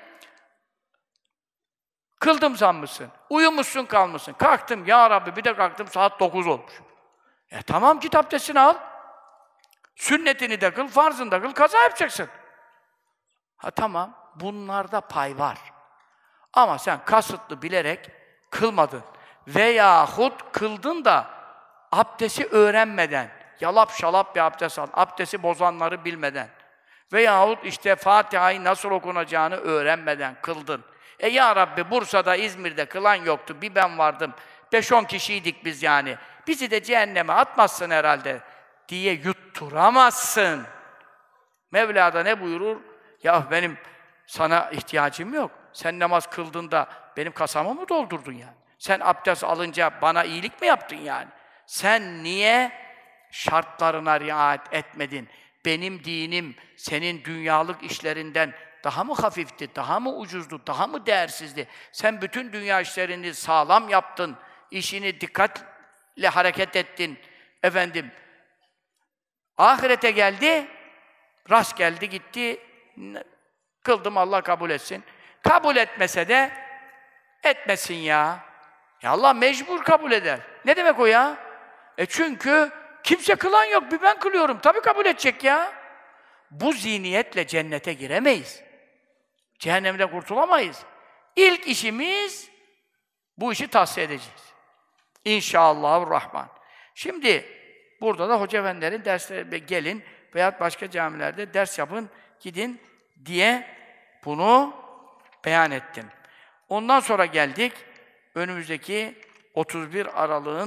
kıldım sanmışsın, uyumuşsun kalmışsın. Kalktım ya Rabbi, bir de kalktım saat dokuz olmuş. E tamam, git abdestini al. Sünnetini de kıl, farzını da kıl, kaza yapacaksın. Ha tamam, bunlarda pay var. Ama sen kasıtlı bilerek kılmadın. Veyahut kıldın da abdesti öğrenmeden, yalap şalap bir abdest al, abdesti bozanları bilmeden. Veyahut işte Fatiha'yı nasıl okunacağını öğrenmeden kıldın. E ya Rabbi, Bursa'da, İzmir'de kılan yoktu, bir ben vardım. Beş on kişiydik biz yani. Bizi de cehenneme atmazsın herhalde diye yutturamazsın. Mevla da ne buyurur? Ya benim sana ihtiyacım yok. Sen namaz kıldığında benim kasamı mı doldurdun yani? Sen abdest alınca bana iyilik mi yaptın yani? Sen niye şartlarına riayet etmedin? Benim dinim senin dünyalık işlerinden daha mı hafifti, daha mı ucuzdu, daha mı değersizdi? Sen bütün dünya işlerini sağlam yaptın, işini dikkatle hareket ettin. Efendim, ahirete geldi, rast geldi gitti, kıldım Allah kabul etsin. Kabul etmese de etmesin ya. Ya Allah mecbur kabul eder. Ne demek o ya? E çünkü kimse kılan yok, bir ben kılıyorum. Tabii kabul edecek ya. Bu zihniyetle cennete giremeyiz. Cehennemden kurtulamayız. İlk işimiz, bu işi tahsis edeceğiz. İnşallahurrahman. Şimdi burada da hoca efendilerin dersleri gelin veyahut başka camilerde ders yapın, gidin diye bunu beyan ettim. Ondan sonra geldik önümüzdeki otuz bir Aralık'ın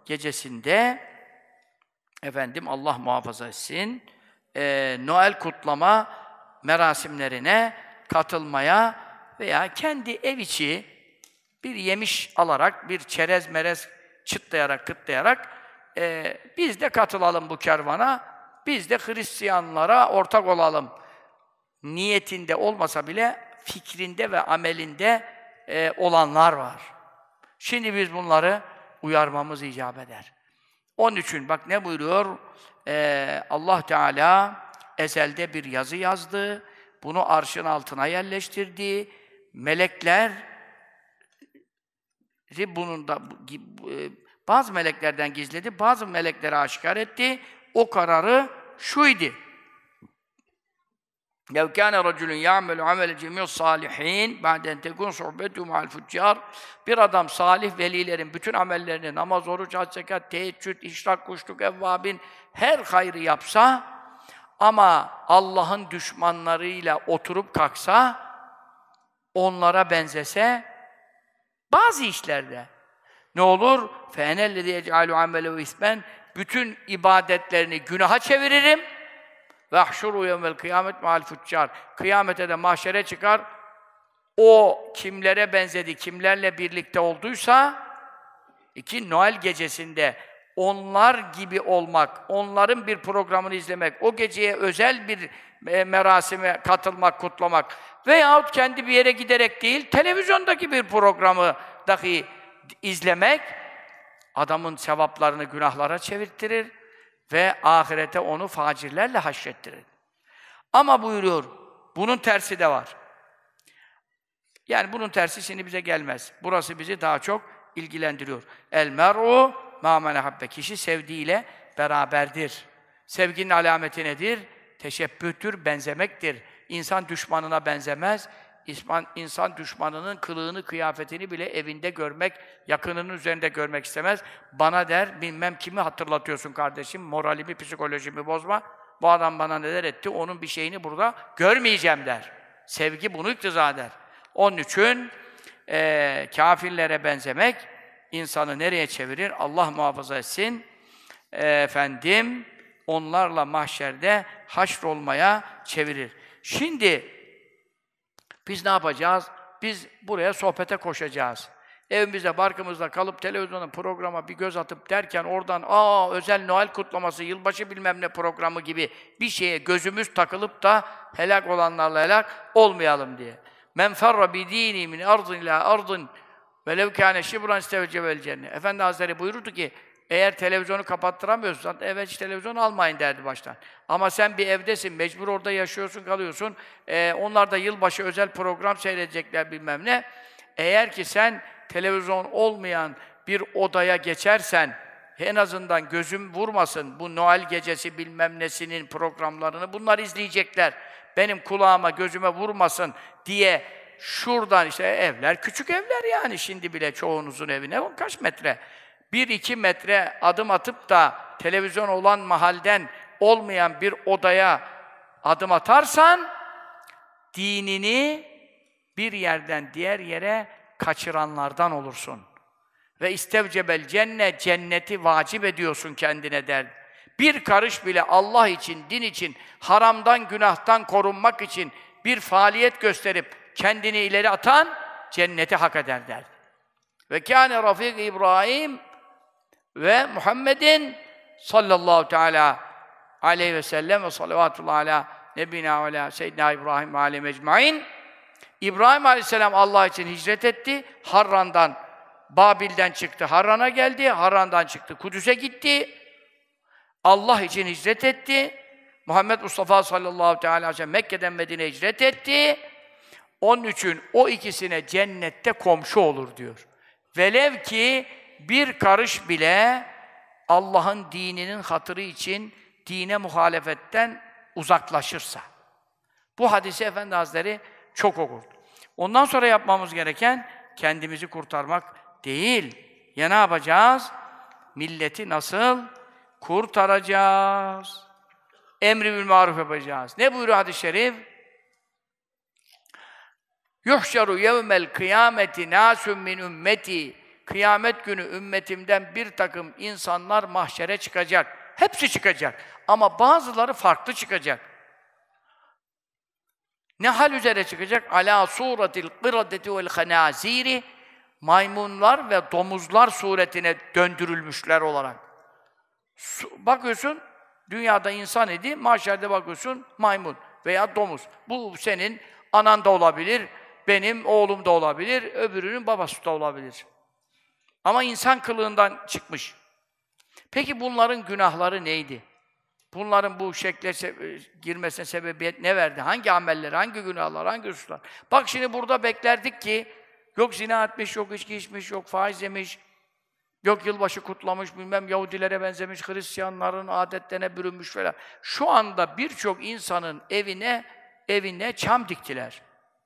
gecesinde efendim Allah muhafaza etsin e, Noel kutlama merasimlerine katılmaya veya kendi ev içi bir yemiş alarak, bir çerez merez çıtlayarak, kıtlayarak e, biz de katılalım bu kervana, biz de Hristiyanlara ortak olalım niyetinde olmasa bile fikrinde ve amelinde e, olanlar var. Şimdi biz bunları uyarmamız icap eder. Onun için bak ne buyuruyor? Ee, Allah Teala ezelde bir yazı yazdı. Bunu arşın altına yerleştirdi. Melekler bunun da bazı meleklerden gizledi, bazı meleklere aşikar etti. O kararı şuydu. لَوْ كَانَ رَجُلٌ يَعْمَلُ عَمَلَ جَمِيعُ الصَّالِحِينَ بَعْدَ اَنْ تَكُونَ صُحْبَتُهُ مَعَ الْفُجَّارِ Bir adam salih velilerin bütün amellerini, namaz, oruç, hac, zekat, teheccüd, işrak, kuşluk, evvabin her hayrı yapsa ama Allah'ın düşmanlarıyla oturup kalksa, onlara benzese bazı işlerde ne olur? فَاَنَ الَّذِي يَجْعَلُ عَمَلَهُ اِسْمًا Bütün ibadetlerini günaha çeviririm. وَاحْشُرُوا يَوْمَ الْقِيَامَةِ مَعَ الْفُجَّارِ Kıyamete de mahşere çıkar. O kimlere benzedi, kimlerle birlikte olduysa iki Noel gecesinde onlar gibi olmak, onların bir programını izlemek, o geceye özel bir e, merasime katılmak, kutlamak veyahut kendi bir yere giderek değil, televizyondaki bir programı dahi izlemek adamın sevaplarını günahlara çevirttirir ve ahirete onu facirlerle haşrettirir. Ama buyuruyor, bunun tersi de var. Yani bunun tersi şimdi bize gelmez. Burası bizi daha çok ilgilendiriyor. El mer'u mâ men ahabbe. Kişi sevdiğiyle beraberdir. Sevginin alameti nedir? Teşebbühtür, benzemektir. İnsan düşmanına benzemez. İnsan, insan düşmanının kılığını, kıyafetini bile evinde görmek, yakınının üzerinde görmek istemez. Bana der, bilmem kimi hatırlatıyorsun kardeşim, moralimi, psikolojimi bozma. Bu adam bana neler etti, onun bir şeyini burada görmeyeceğim der. Sevgi bunu iktiza eder. Onun için e, kâfirlere benzemek insanı nereye çevirir? Allah muhafaza etsin. E, efendim, onlarla mahşerde haşrolmaya çevirir. Şimdi biz ne yapacağız? Biz buraya sohbete koşacağız. Evimizde, barkımızda kalıp televizyonun programa bir göz atıp derken oradan aa özel Noel kutlaması, yılbaşı bilmem ne programı gibi bir şeye gözümüz takılıp da helak olanlarla helak olmayalım diye. Men ferra bi dini min ardın ila ardın velev kâne şibran istevcevel cennet. Efendi Hazretleri buyurdu ki eğer televizyonu kapattıramıyorsan evet hiç televizyon almayın derdi baştan. Ama sen bir evdesin, mecbur orada yaşıyorsun, kalıyorsun. Ee, onlar da yılbaşı özel program seyredecekler bilmem ne. Eğer ki sen televizyon olmayan bir odaya geçersen, en azından gözüm vurmasın bu Noel gecesi bilmem nesinin programlarını, bunlar izleyecekler. Benim kulağıma, gözüme vurmasın diye şuradan işte evler, küçük evler yani şimdi bile çoğunuzun evine kaç metre? Bir iki metre adım atıp da televizyon olan mahalden olmayan bir odaya adım atarsan dinini bir yerden diğer yere kaçıranlardan olursun. Ve istevcebel cennet, cenneti vacip ediyorsun kendine der. Bir karış bile Allah için, din için, haramdan, günahtan korunmak için bir faaliyet gösterip kendini ileri atan cenneti hak eder der. Ve kâne Rafik İbrahim ve Muhammedin sallallahu teala aleyhi ve sellem ve salavatullah ala nebina ve ala seyyidina İbrahim ve aleyhi mecmain. İbrahim aleyhisselam Allah için hicret etti. Harran'dan, Babil'den çıktı, Harran'a geldi. Harran'dan çıktı, Kudüs'e gitti. Allah için hicret etti. Muhammed Mustafa sallallahu teala aleyhi ve sellem Mekke'den Medine'ye hicret etti. Onun için o ikisine cennette komşu olur diyor. Velev ki bir karış bile Allah'ın dininin hatırı için dine muhalefetten uzaklaşırsa. Bu hadisi Efendi Hazretleri çok okurdu. Ondan sonra yapmamız gereken kendimizi kurtarmak değil. Ya ne yapacağız? Milleti nasıl kurtaracağız? Emri bil maruf yapacağız. Ne buyuruyor hadis-i şerif? Yuhşaru yevmel kıyameti nâsum min ümmeti kıyamet günü ümmetimden bir takım insanlar mahşere çıkacak. Hepsi çıkacak. Ama bazıları farklı çıkacak. Ne hal üzere çıkacak? Ala suratil qiradeti vel hanaziri, maymunlar ve domuzlar suretine döndürülmüşler olarak. Bakıyorsun, dünyada insan idi, mahşerde bakıyorsun maymun veya domuz. Bu senin anan da olabilir, benim oğlum da olabilir, öbürünün babası da olabilir. Ama insan kılığından çıkmış. Peki bunların günahları neydi? Bunların bu şekle se- girmesine sebebiyet ne verdi? Hangi ameller, hangi günahlar, hangi suçlar? Bak şimdi burada beklerdik ki, yok zina etmiş, yok içki içmiş, yok faiz yemiş, yok yılbaşı kutlamış, bilmem Yahudilere benzemiş, Hristiyanların adetlerine bürünmüş falan. Şu anda birçok insanın evine, evine çam diktiler.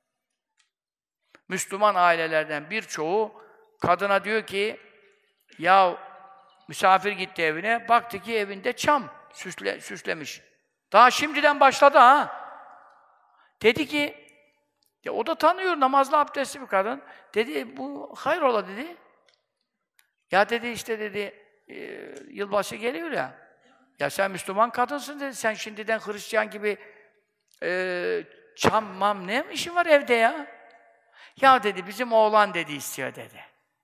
Müslüman ailelerden birçoğu kadına diyor ki, ya misafir gitti evine, baktı ki evinde çam süsle, süslemiş. Daha şimdiden başladı ha. Dedi ki, ya o da tanıyor, namazlı abdestli bir kadın. Dedi, bu hayrola dedi. Ya dedi işte dedi, e, yılbaşı geliyor ya. Ya sen Müslüman kadınsın dedi, sen şimdiden Hristiyan gibi e, çam mam ne işin var evde ya? Ya dedi, bizim oğlan dedi istiyor dedi.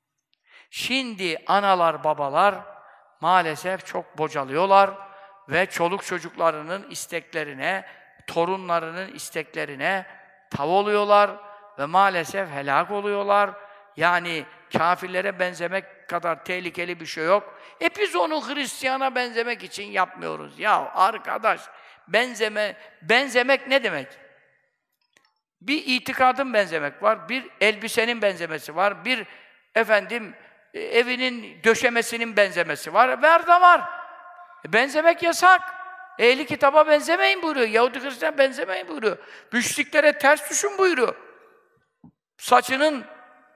Şimdi analar, babalar maalesef çok bocalıyorlar ve çoluk çocuklarının isteklerine, torunlarının isteklerine tav oluyorlar ve maalesef helak oluyorlar. Yani kâfirlere benzemek kadar tehlikeli bir şey yok. E biz onu Hristiyana benzemek için yapmıyoruz. Ya arkadaş, benzeme, benzemek ne demek? Bir itikadın benzemek var, bir elbisenin benzemesi var, bir efendim evinin döşemesinin benzemesi var, ver de var. E, benzemek yasak. Ehli kitaba benzemeyin buyuruyor, Yahudi Hristiyan benzemeyin buyuruyor. Müşriklere ters düşün buyuruyor. Saçının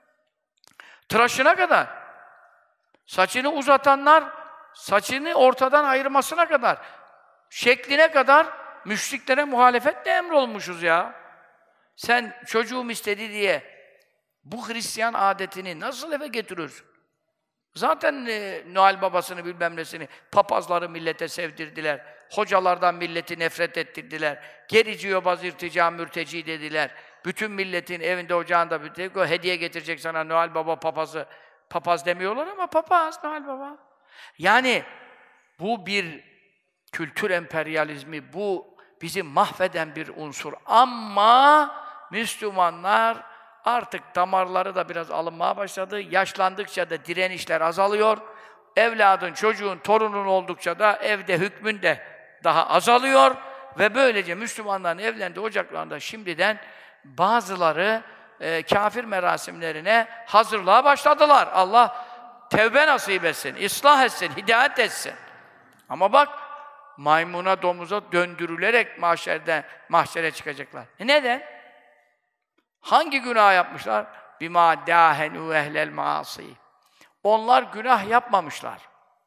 tıraşına kadar, saçını uzatanlar, saçını ortadan ayırmasına kadar, şekline kadar müşriklere muhalefetle emrolmuşuz ya. Sen çocuğum istedi diye bu Hristiyan adetini nasıl eve getiriyorsun? Zaten e, Noel babasını bilmem nesini, papazları millete sevdirdiler, hocalardan milleti nefret ettirdiler, gerici yobaz irtica mürteci dediler. Bütün milletin evinde ocağında bir hediye getirecek sana Noel Baba papazı. Papaz demiyorlar ama papaz Noel Baba. Yani bu bir kültür emperyalizmi, bu bizi mahveden bir unsur. Ama Müslümanlar artık damarları da biraz alınmaya başladı. Yaşlandıkça da direnişler azalıyor. Evladın, çocuğun, torunun oldukça da evde hükmün de daha azalıyor. Ve böylece Müslümanların evlerinde, ocaklarında şimdiden bazıları e, kafir merasimlerine hazırlığa başladılar. Allah tevbe nasip etsin, ıslah etsin, hidayet etsin. Ama bak, maymuna, domuza döndürülerek mahşerde, mahşere çıkacaklar. E neden? Hangi günah yapmışlar? Bima dâhenû ehlel maasi. Onlar günah yapmamışlar.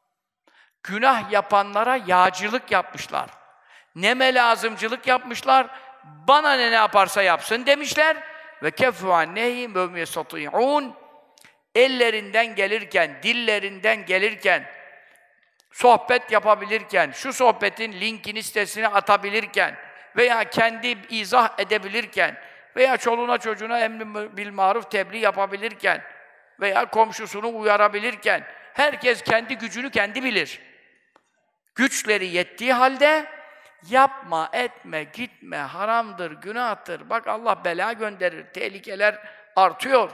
Günah yapanlara yağcılık yapmışlar. Neme lazımcılık yapmışlar. Bana ne ne yaparsa yapsın demişler. Ve kefû annehîm ve yestati'ûn. Ellerinden gelirken, dillerinden gelirken, sohbet yapabilirken, şu sohbetin linkini sitesine atabilirken veya kendi izah edebilirken veya çoluğuna çocuğuna emri bil maruf tebliğ yapabilirken veya komşusunu uyarabilirken herkes kendi gücünü kendi bilir. Güçleri yettiği halde yapma, etme, gitme, haramdır, günahtır. Bak Allah bela gönderir, tehlikeler artıyor.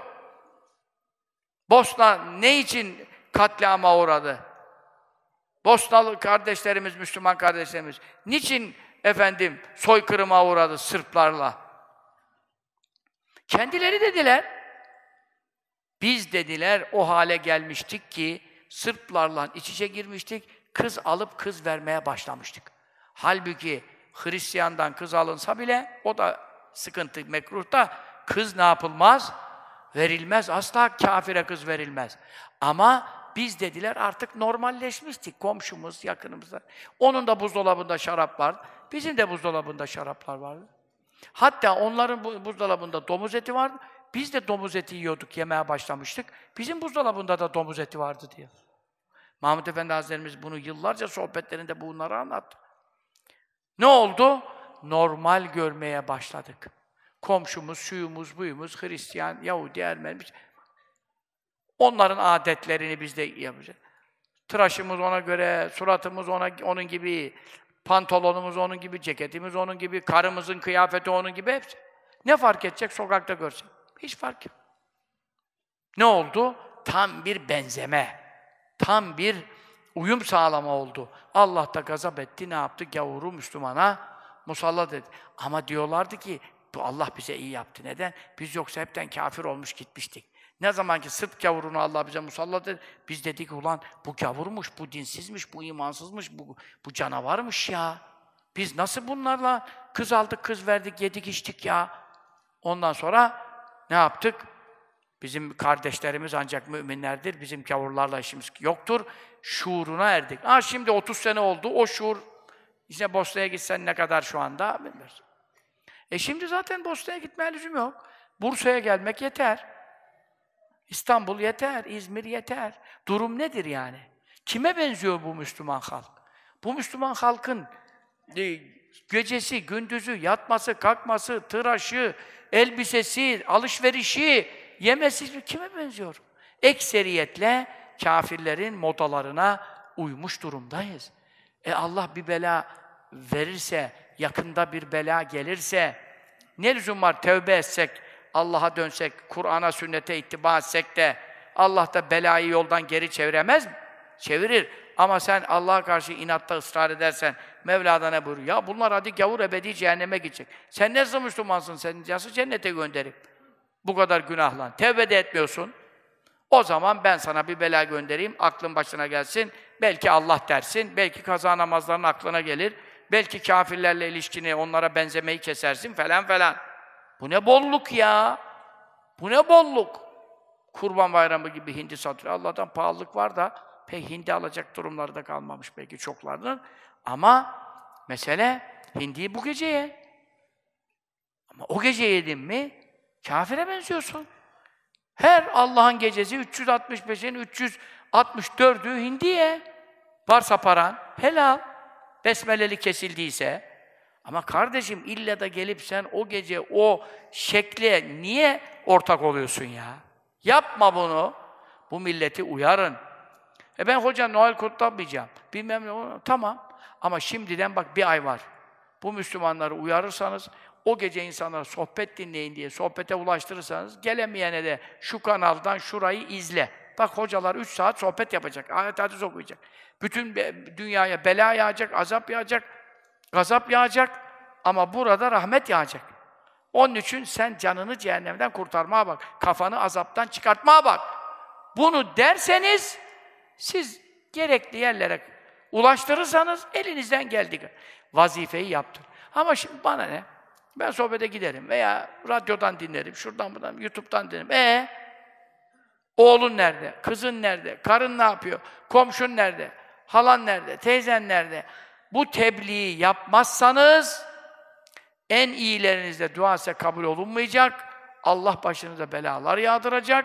Bosna ne için katliama uğradı? Bosnalı kardeşlerimiz, Müslüman kardeşlerimiz niçin efendim soykırıma uğradı Sırplarla? Kendileri dediler. Biz dediler o hale gelmiştik ki Sırplarla iç içe girmiştik, kız alıp kız vermeye başlamıştık. Halbuki Hristiyandan kız alınsa bile o da sıkıntı mekruhta, kız ne yapılmaz? Verilmez. Asla kâfire kız verilmez. Ama biz dediler artık normalleşmiştik. Komşumuz, yakınımızda. Onun da buzdolabında şarap vardı. Bizim de buzdolabında şaraplar vardı. Hatta onların bu buzdolabında domuz eti vardı. biz de domuz eti yiyorduk, yemeye başlamıştık. Bizim buzdolabında da domuz eti vardı diyor. Mahmud Efendi Hazretlerimiz bunu yıllarca sohbetlerinde bunları anlattı. Ne oldu? Normal görmeye başladık. Komşumuz, şuyumuz, buyumuz, Hristiyan, Yahudi, Ermeni, onların adetlerini biz de yapacağız. Tıraşımız ona göre, suratımız ona onun gibi, pantolonumuz onun gibi, ceketimiz onun gibi, karımızın kıyafeti onun gibi hepsi. Ne fark edecek sokakta görsek? Hiç fark yok. Ne oldu? Tam bir benzeme, tam bir uyum sağlama oldu. Allah da gazap etti, ne yaptı? Gavuru Müslümana musallat etti. Ama diyorlardı ki, bu Allah bize iyi yaptı. Neden? Biz yoksa hepten kafir olmuş gitmiştik. Ne zaman ki Sırp gavurunu Allah bize musallat etti, biz dedik ulan bu gavurmuş, bu dinsizmiş, bu imansızmış, bu, bu canavarmış ya. Biz nasıl bunlarla kız aldık, kız verdik, yedik, içtik ya. Ondan sonra ne yaptık? Bizim kardeşlerimiz ancak müminlerdir, bizim gavurlarla işimiz yoktur. Şuuruna erdik. Ha şimdi otuz sene oldu, o şuur, işte Bosna'ya gitsen ne kadar şu anda bilmiyoruz. E şimdi zaten Bosna'ya gitmeye lüzum yok. Bursa'ya gelmek yeter. İstanbul yeter, İzmir yeter. Durum nedir yani? Kime benziyor bu Müslüman halk? Bu Müslüman halkın e, gecesi, gündüzü, yatması, kalkması, tıraşı, elbisesi, alışverişi, yemesi kime benziyor? Ekseriyetle kâfirlerin modalarına uymuş durumdayız. E Allah bir bela verirse, yakında bir bela gelirse, ne lüzum var tevbe etsek, Allah'a dönsek, Kur'an'a, sünnete ittiba etsek de Allah da belayı yoldan geri çeviremez mi? Çevirir. Ama sen Allah'a karşı inatta ısrar edersen, Mevla'da ne buyuruyor? Ya bunlar hadi gavur ebedi cehenneme gidecek. Sen nasıl Müslümansın? Seni nasıl cennete gönderip? Bu kadar günahlan. Tevbe de etmiyorsun. O zaman ben sana bir bela göndereyim, aklın başına gelsin. Belki Allah dersin, belki kaza namazların aklına gelir. Belki kâfirlerle ilişkini, onlara benzemeyi kesersin falan falan. Bu ne bolluk ya! Bu ne bolluk! Kurban Bayramı gibi hindi satıyor. Allah'tan pahalılık var da pek hindi alacak durumları da kalmamış belki çoklarının. Ama mesele hindiyi bu gece ye. Ama o gece yedin mi kâfire benziyorsun. Her Allah'ın gecesi üç yüz altmış beşin üç yüz altmış dördü hindi ye. Varsa paran helal. Besmeleli kesildiyse. Ama kardeşim illa da gelip sen o gece o şekle niye ortak oluyorsun ya? Yapma bunu. Bu milleti uyarın. E ben hoca Noel kutlamayacağım. Bilmem ne. Tamam. Ama şimdiden bak bir ay var. Bu Müslümanları uyarırsanız, o gece insanlara sohbet dinleyin diye sohbete ulaştırırsanız, gelemeyene de şu kanaldan şurayı izle. Bak hocalar üç saat sohbet yapacak, ayet hadis okuyacak. Bütün dünyaya bela yağacak, azap yağacak, gazap yağacak ama burada rahmet yağacak. Onun için sen canını cehennemden kurtarmaya bak, kafanı azaptan çıkartmaya bak. Bunu derseniz, siz gerekli yerlere ulaştırırsanız elinizden geldiği vazifeyi yaptır. Ama şimdi bana ne? Ben sohbete giderim veya radyodan dinlerim, şuradan buradan, YouTube'dan dinlerim. E oğlun nerede? Kızın nerede? Karın ne yapıyor? Komşun nerede? Halan nerede? Teyzen nerede? Bu tebliği yapmazsanız en iyilerinizde dua ise kabul olunmayacak. Allah başınıza belalar yağdıracak.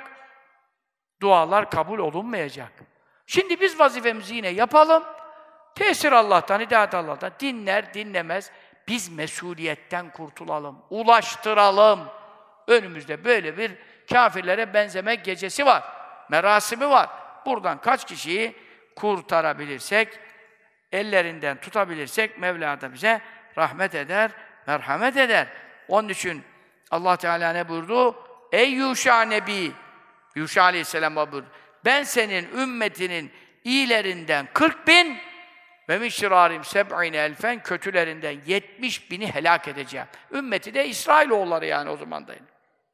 Dualar kabul olunmayacak. Şimdi biz vazifemizi yine yapalım. Tesir Allah'tan, hidayet Allah'tan. Dinler, dinlemez. Biz mesuliyetten kurtulalım. Ulaştıralım. Önümüzde böyle bir kâfirlere benzeme gecesi var. Merasimi var. Buradan kaç kişiyi kurtarabilirsek, ellerinden tutabilirsek Mevla da bize rahmet eder, merhamet eder. Onun için Allah Teala ne buyurdu? Ey Yuşa Nebi, Yuşa Aleyhisselam'a buyurdu. Ben senin ümmetinin iyilerinden kırk bin ve min şirârim seb'ine elfen kötülerinden yetmiş bini helak edeceğim. Ümmeti de İsrailoğulları yani o zamandayım.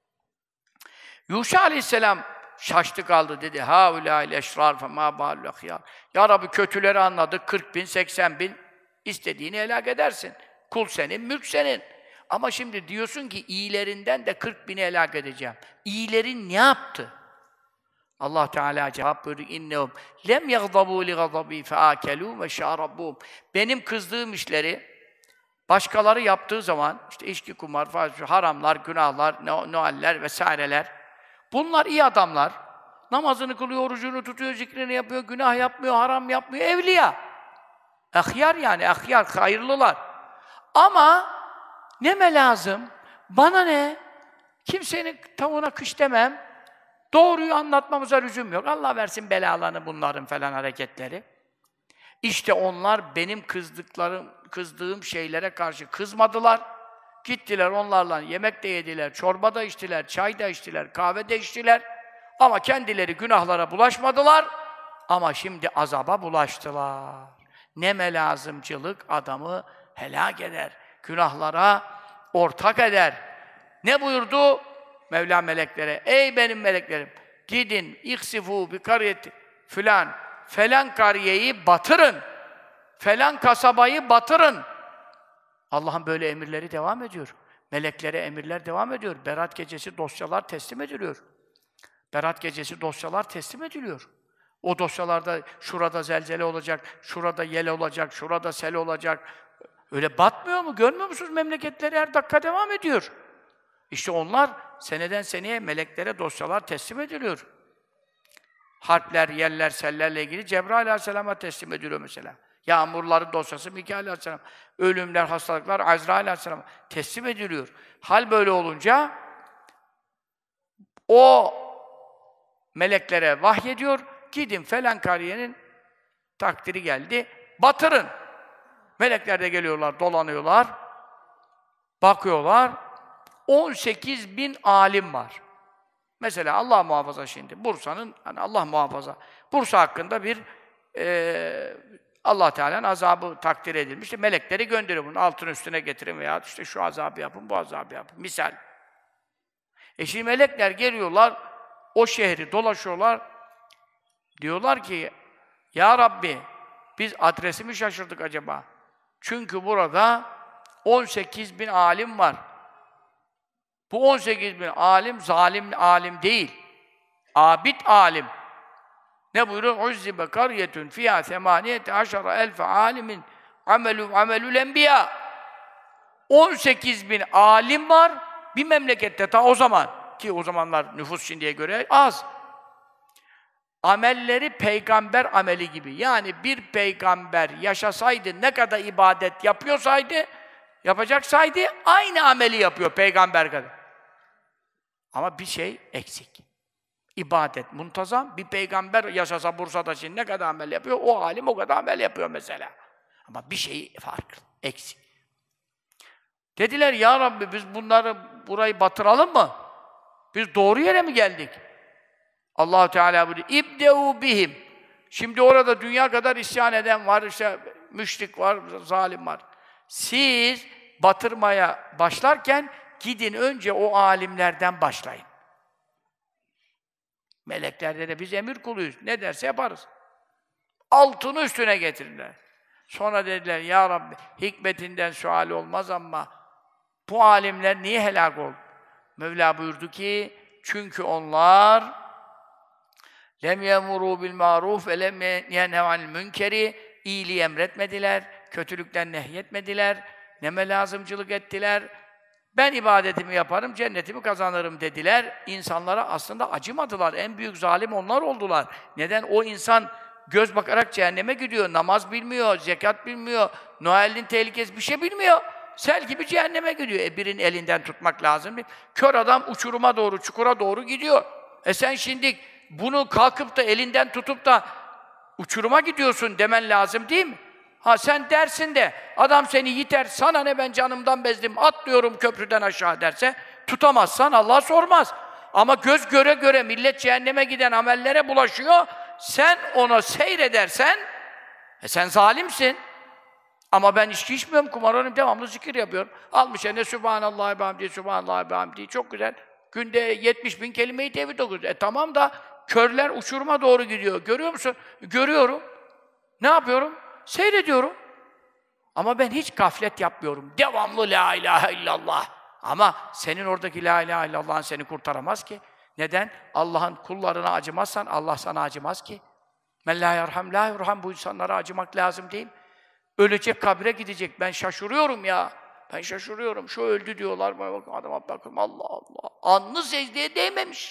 Yuşa Aleyhisselam şaştı kaldı dedi. Haulâil eşrâr femâ bâlû ahyâr. Ya Rabbi kötüleri anladık. kırk bin, seksen bin istediğini helak edersin. Kul senin, mülk senin. Ama şimdi diyorsun ki iyilerinden de kırk bini helak edeceğim. İyilerin ne yaptı? Allah Teala cevap buyuruyor. İnnehum lem yagdabu li gadabi feakelû ve şârabbûm. Benim kızdığım işleri Başkaları yaptığı zaman, işte içki, kumar, faiz, haramlar, günahlar, no noeller vesaireler. Bunlar iyi adamlar. Namazını kılıyor, orucunu tutuyor, zikrini yapıyor, günah yapmıyor, haram yapmıyor, evliya. Ahyar yani, ahyar, hayırlılar. Ama neme lazım? Bana ne? Kimsenin tavuğuna kış demem. Doğruyu anlatmamıza lüzum yok. Allah versin belalarını bunların falan hareketleri. İşte onlar benim kızdıklarım, kızdığım şeylere karşı kızmadılar. Gittiler onlarla yemek de yediler, çorba da içtiler, çay da içtiler, kahve de içtiler. Ama kendileri günahlara bulaşmadılar. Ama şimdi azaba bulaştılar. Neme lazımcılık adamı helak eder. Günahlara ortak eder. Ne buyurdu? Mevla meleklere, ey benim meleklerim, gidin, iksifu bi kariyeti filan, falan kariyeyi batırın, falan kasabayı batırın. Allah'ın böyle emirleri devam ediyor. Meleklere emirler devam ediyor. Berat gecesi dosyalar teslim ediliyor. Berat gecesi dosyalar teslim ediliyor. O dosyalarda şurada zelzele olacak, şurada yel olacak, şurada sel olacak. Öyle batmıyor mu? Görmüyor musunuz? Memleketleri her dakika devam ediyor. İşte onlar seneden seneye meleklere dosyalar teslim ediliyor. Harpler, yerler, sellerle ilgili Cebrail aleyhisselama teslim ediliyor mesela. Yağmurların dosyası Mikail aleyhisselam. Ölümler, hastalıklar Azrail aleyhisselama teslim ediliyor. Hal böyle olunca o meleklere vahyediyor. Gidin falan kariyenin takdiri geldi. Batırın. Melekler de geliyorlar, dolanıyorlar. Bakıyorlar. on sekiz bin alim var. Mesela Allah muhafaza şimdi, Bursa'nın, hani Allah muhafaza, Bursa hakkında bir e, Allah Teala'nın azabı takdir edilmiş. Melekleri gönderiyor bunun altını üstüne getirin veya işte şu azabı yapın, bu azabı yapın. Misal. E şimdi melekler geliyorlar, o şehri dolaşıyorlar. Diyorlar ki, Ya Rabbi, biz adresi mi şaşırdık acaba? Çünkü burada on sekiz bin alim var. Bu on sekiz bin alim, zalim alim değil. Abid alim. Ne buyuruyor? Uzzibe karyetun fiyâ semâniyete aşara elfe alimin amelü amelül enbiya. on sekiz bin alim var bir memlekette ta o zaman. Ki o zamanlar nüfus şimdiye göre az. Amelleri peygamber ameli gibi. Yani bir peygamber yaşasaydı, ne kadar ibadet yapıyorsaydı, yapacaksaydı aynı ameli yapıyor peygamber kadar. Ama bir şey eksik. İbadet muntazam. Bir peygamber yaşasa Bursa'da şimdi ne kadar amel yapıyor, o alim o kadar amel yapıyor mesela. Ama bir şey farklı, eksik. Dediler, Ya Rabbi biz bunları, burayı batıralım mı? Biz doğru yere mi geldik? Allah Teala buyuruyor, İbdeu bihim. Şimdi orada dünya kadar isyan eden var, işte müşrik var, zalim var. Siz batırmaya başlarken gidin önce o alimlerden başlayın. Meleklerde de biz emir kuluyuz. Ne derse yaparız. Altını üstüne getirirler. Sonra dediler, Ya Rabbi, hikmetinden sual olmaz ama bu alimler niye helak oldu? Mevla buyurdu ki, çünkü onlar lem yemuru bil maruf ve lem yenhev anil münkeri, iyiliği emretmediler, kötülükten nehyetmediler, neme lazımcılık ettiler. Ben ibadetimi yaparım, cennetimi kazanırım dediler. İnsanlara aslında acımadılar. En büyük zalim onlar oldular. Neden? O insan göz bakarak cehenneme gidiyor. Namaz bilmiyor, zekat bilmiyor, Noel'in tehlikesi bir şey bilmiyor. Sel gibi cehenneme gidiyor. E birinin elinden tutmak lazım. Kör adam uçuruma doğru, çukura doğru gidiyor. E sen şimdi bunu kalkıp da elinden tutup da uçuruma gidiyorsun demen lazım değil mi? Ha sen dersin de adam seni yiter, sana ne ben canımdan bezdim, atlıyorum köprüden aşağı derse, tutamazsan Allah sormaz. Ama göz göre göre millet cehenneme giden amellere bulaşıyor, sen ona seyredersen, e sen zalimsin. Ama ben içki içmiyorum, kumar oynuyorum, devamlı zikir yapıyorum. Almış eline Sübhanallah ve hamdi, Sübhanallah ve hamdi, çok güzel. Günde yetmiş bin kelime-i tevhid okuyoruz. E tamam da körler uçuruma doğru gidiyor. Görüyor musun? Görüyorum. Ne yapıyorum? Seyrediyorum. Ama ben hiç gaflet yapmıyorum. Devamlı la ilahe illallah. Ama senin oradaki la ilahe illallah'ın seni kurtaramaz ki. Neden? Allah'ın kullarına acımazsan Allah sana acımaz ki. Men la yerham la yerham, bu insanlara acımak lazım değil. Ölecek, kabre gidecek. Ben şaşırıyorum ya. Ben şaşırıyorum. Şu öldü diyorlar. Bana bakın, adama bakın. Allah Allah. Alnı secdeye değmemiş.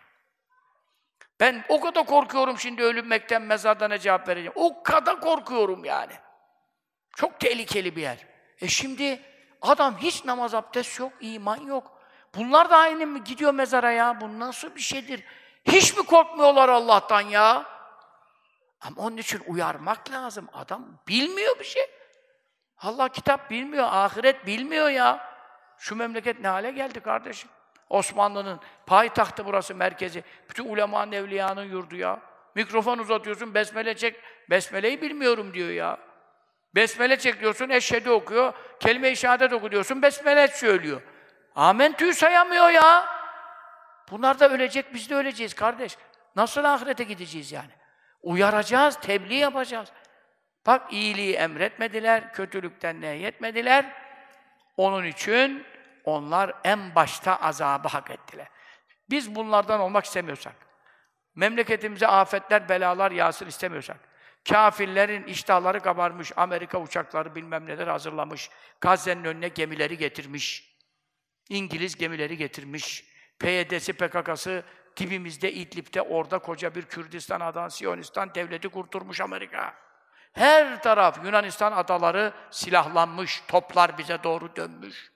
Ben o kadar korkuyorum şimdi ölünmekten, mezarda ne cevap vereceğim. O kadar korkuyorum yani. Çok tehlikeli bir yer. E şimdi adam hiç namaz, abdest yok, iman yok. Bunlar da aynı mı? Gidiyor mezara ya. Bu nasıl bir şeydir? Hiç mi korkmuyorlar Allah'tan ya? Ama onun için uyarmak lazım. Adam bilmiyor bir şey. Allah kitap bilmiyor, ahiret bilmiyor ya. Şu memleket ne hale geldi kardeşim? Osmanlı'nın payitahtı burası, merkezi. Bütün ulemanın, evliyanın yurdu ya. Mikrofon uzatıyorsun, besmele çek. Besmeleyi bilmiyorum diyor ya. Besmele çek diyorsun, eşhedü okuyor. Kelime-i şehadet oku diyorsun, besmele söylüyor. Amentü'yü sayamıyor ya. Bunlar da ölecek, biz de öleceğiz kardeş. Nasıl ahirete gideceğiz yani? Uyaracağız, tebliğ yapacağız. Bak iyiliği emretmediler, kötülükten nehyetmediler. Onun için onlar en başta azabı hak ettiler. Biz bunlardan olmak istemiyorsak, memleketimize afetler, belalar yağsın istemiyorsak, kâfirlerin iştahları kabarmış, Amerika uçakları bilmem neler hazırlamış, Gazze'nin önüne gemileri getirmiş, İngiliz gemileri getirmiş, P Y D'si, P K K'sı dibimizde, İdlib'de, orada koca bir Kürdistan adan, Siyonistan devleti kurturmuş Amerika. Her taraf, Yunanistan adaları silahlanmış, toplar bize doğru dönmüş.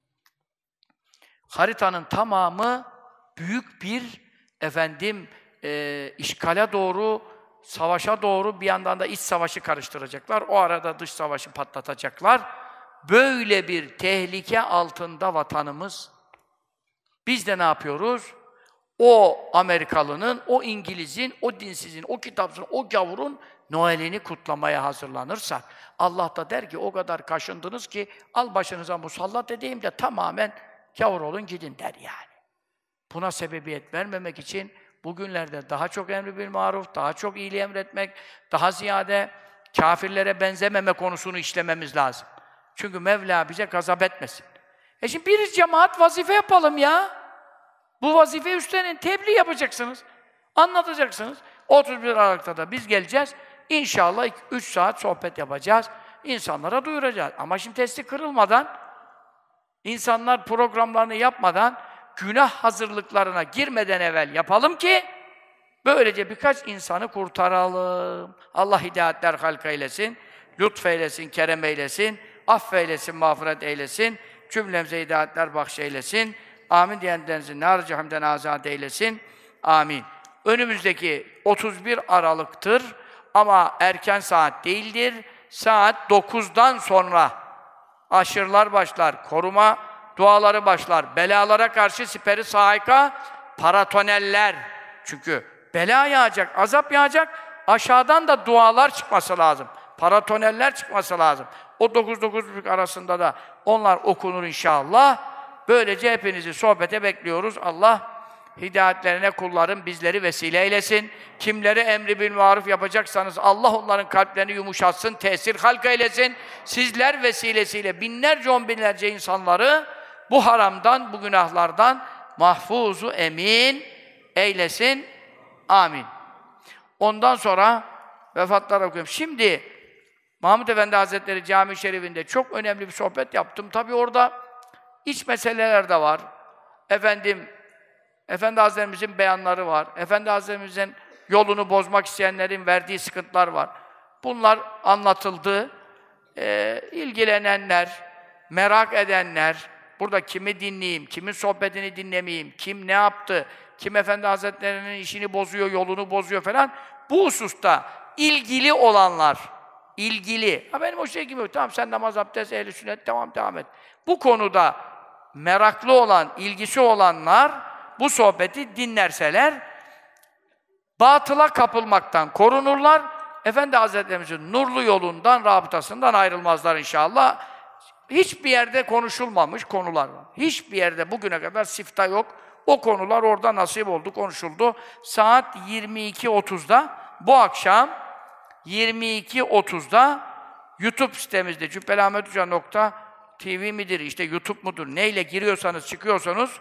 Haritanın tamamı büyük bir, efendim, e, işgale doğru, savaşa doğru, bir yandan da iç savaşı karıştıracaklar. O arada dış savaşı patlatacaklar. Böyle bir tehlike altında vatanımız. Biz de ne yapıyoruz? O Amerikalının, o İngiliz'in, o dinsizin, o kitapsızın, o gavurun Noel'ini kutlamaya hazırlanırsak, Allah da der ki, o kadar kaşındınız ki, al başınıza musallat edeyim de tamamen gavur olun gidin der yani. Buna sebebiyet vermemek için bugünlerde daha çok emri bil maruf, daha çok iyiliği emretmek, daha ziyade kâfirlere benzememe konusunu işlememiz lazım. Çünkü Mevla bize gazap etmesin. E şimdi bir cemaat vazife yapalım ya. Bu vazife üstlenin, tebliğ yapacaksınız, anlatacaksınız. otuz bir Aralık'ta da biz geleceğiz. İnşallah üç saat sohbet yapacağız. İnsanlara duyuracağız. Ama şimdi testi kırılmadan, insanlar programlarını yapmadan, günah hazırlıklarına girmeden evvel yapalım ki böylece birkaç insanı kurtaralım. Allah hidayetler halk eylesin, lütfeylesin, kerem eylesin, affeylesin, mağfiret eylesin, cümlemize hidayetler bahşeylesin. Amin diyenlerinizin nar-ı cehennemden azad eylesin. Amin. Önümüzdeki otuz bir Aralık'tır ama erken saat değildir. Saat dokuzdan sonra aşırılar başlar, koruma duaları başlar. Belalara karşı siperi sahika, paratoneller. Çünkü bela yağacak, azap yağacak, aşağıdan da dualar çıkması lazım. Paratoneller çıkması lazım. O dokuz dokuz buçuk arasında da onlar okunur inşallah. Böylece hepinizi sohbete bekliyoruz. Allah hidayetlerine kulların bizleri vesile eylesin. Kimleri emri bil maruf yapacaksanız Allah onların kalplerini yumuşatsın, tesir halk eylesin. Sizler vesilesiyle binlerce, on binlerce insanları bu haramdan, bu günahlardan mahfuzu emin eylesin. Amin. Ondan sonra vefatlar okuyorum. Şimdi Mahmud Efendi Hazretleri Cami-i Şerif'inde çok önemli bir sohbet yaptım. Tabii orada iç meseleler de var. Efendim, Efendi Hazretlerimizin beyanları var. Efendi Hazretlerimizin yolunu bozmak isteyenlerin verdiği sıkıntılar var. Bunlar anlatıldı. Ee, ilgilenenler, merak edenler, burada kimi dinleyeyim, kimin sohbetini dinlemeyeyim, kim ne yaptı, kim Efendi Hazretlerinin işini bozuyor, yolunu bozuyor falan. Bu hususta ilgili olanlar, ilgili. Ha benim o şey gibi, tamam sen namaz, abdest, ehl-i sünnet, tamam devam et. Bu konuda meraklı olan, ilgisi olanlar bu sohbeti dinlerseler batıla kapılmaktan korunurlar. Efendi Hazretlerimizin nurlu yolundan, rabıtasından ayrılmazlar inşallah. Hiçbir yerde konuşulmamış konular var. Hiçbir yerde bugüne kadar sifta yok. O konular orada nasip oldu, konuşuldu. Saat yirmi iki otuzda bu akşam yirmi iki otuzda YouTube sitemizde cübbelahmethoca nokta tv midir, işte YouTube mudur, neyle giriyorsanız, çıkıyorsanız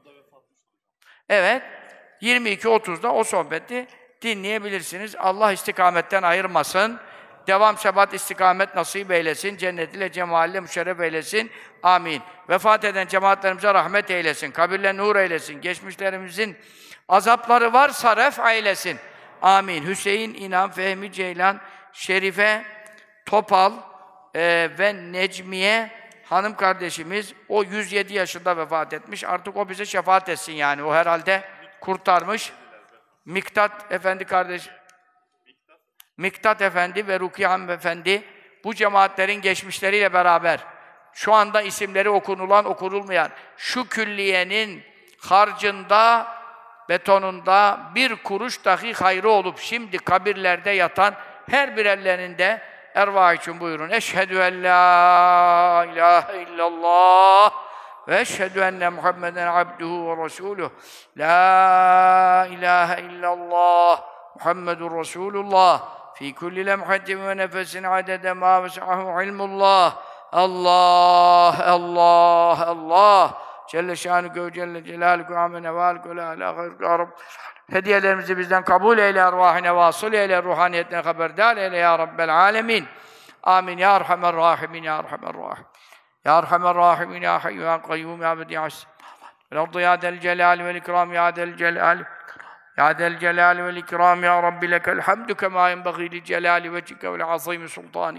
evet, yirmi iki otuzda o sohbeti dinleyebilirsiniz. Allah istikametten ayırmasın. Devam, sebat, istikamet nasip eylesin. Cennetiyle, cemaliyle müşerref eylesin. Amin. Vefat eden cemaatlerimize rahmet eylesin. Kabirlerine nur eylesin. Geçmişlerimizin azapları varsa ref eylesin. Amin. Hüseyin, İnan, Fehmi, Ceylan, Şerife, Topal e, ve Necmiye hanım kardeşimiz, o yüz yedi yaşında vefat etmiş. Artık o bize şefaat etsin yani. O herhalde kurtarmış. Miktat Efendi kardeş, Miktat Efendi ve Rukiye Hanımefendi bu cemaatlerin geçmişleriyle beraber şu anda isimleri okunulan, okunulmayan şu külliyenin harcında, betonunda bir kuruş dahi hayrı olup şimdi kabirlerde yatan her birerlerinde ervah için buyurun. Eşhedü en la ilahe illallah ve eşhedü enne Muhammeden abduhu ve resuluh. La ilahe illallah Muhammedur Resulullah. Fi kulli lemhatin ve nefesin adede ma vesahu ilmullah. Allah, Allah, Allah. Celle şânuhu ve celle celâluhu amen evâluhu ve lâ ilâhe gâyrû Rabb. Hediyelerimizi bizden kabul eyle, ervâhine vasıl eyle, ruhaniyetine haberdar eyle ya Rabbel âlemin. Amin. Ya Erhamer Rahimin, Ya Erhamer Rahim. Ya Erhamer Rahimin, Ya Hayyu, Ya Kayyum, Ya Bedi'as. Vel-ardı ya del celâli vel-ikram, Ya del celâli. Ya del celâli vel-ikram, Ya Rabbi lekel hamdu kemâ yenbagî li celâli vecike vel-azîmi sultânik.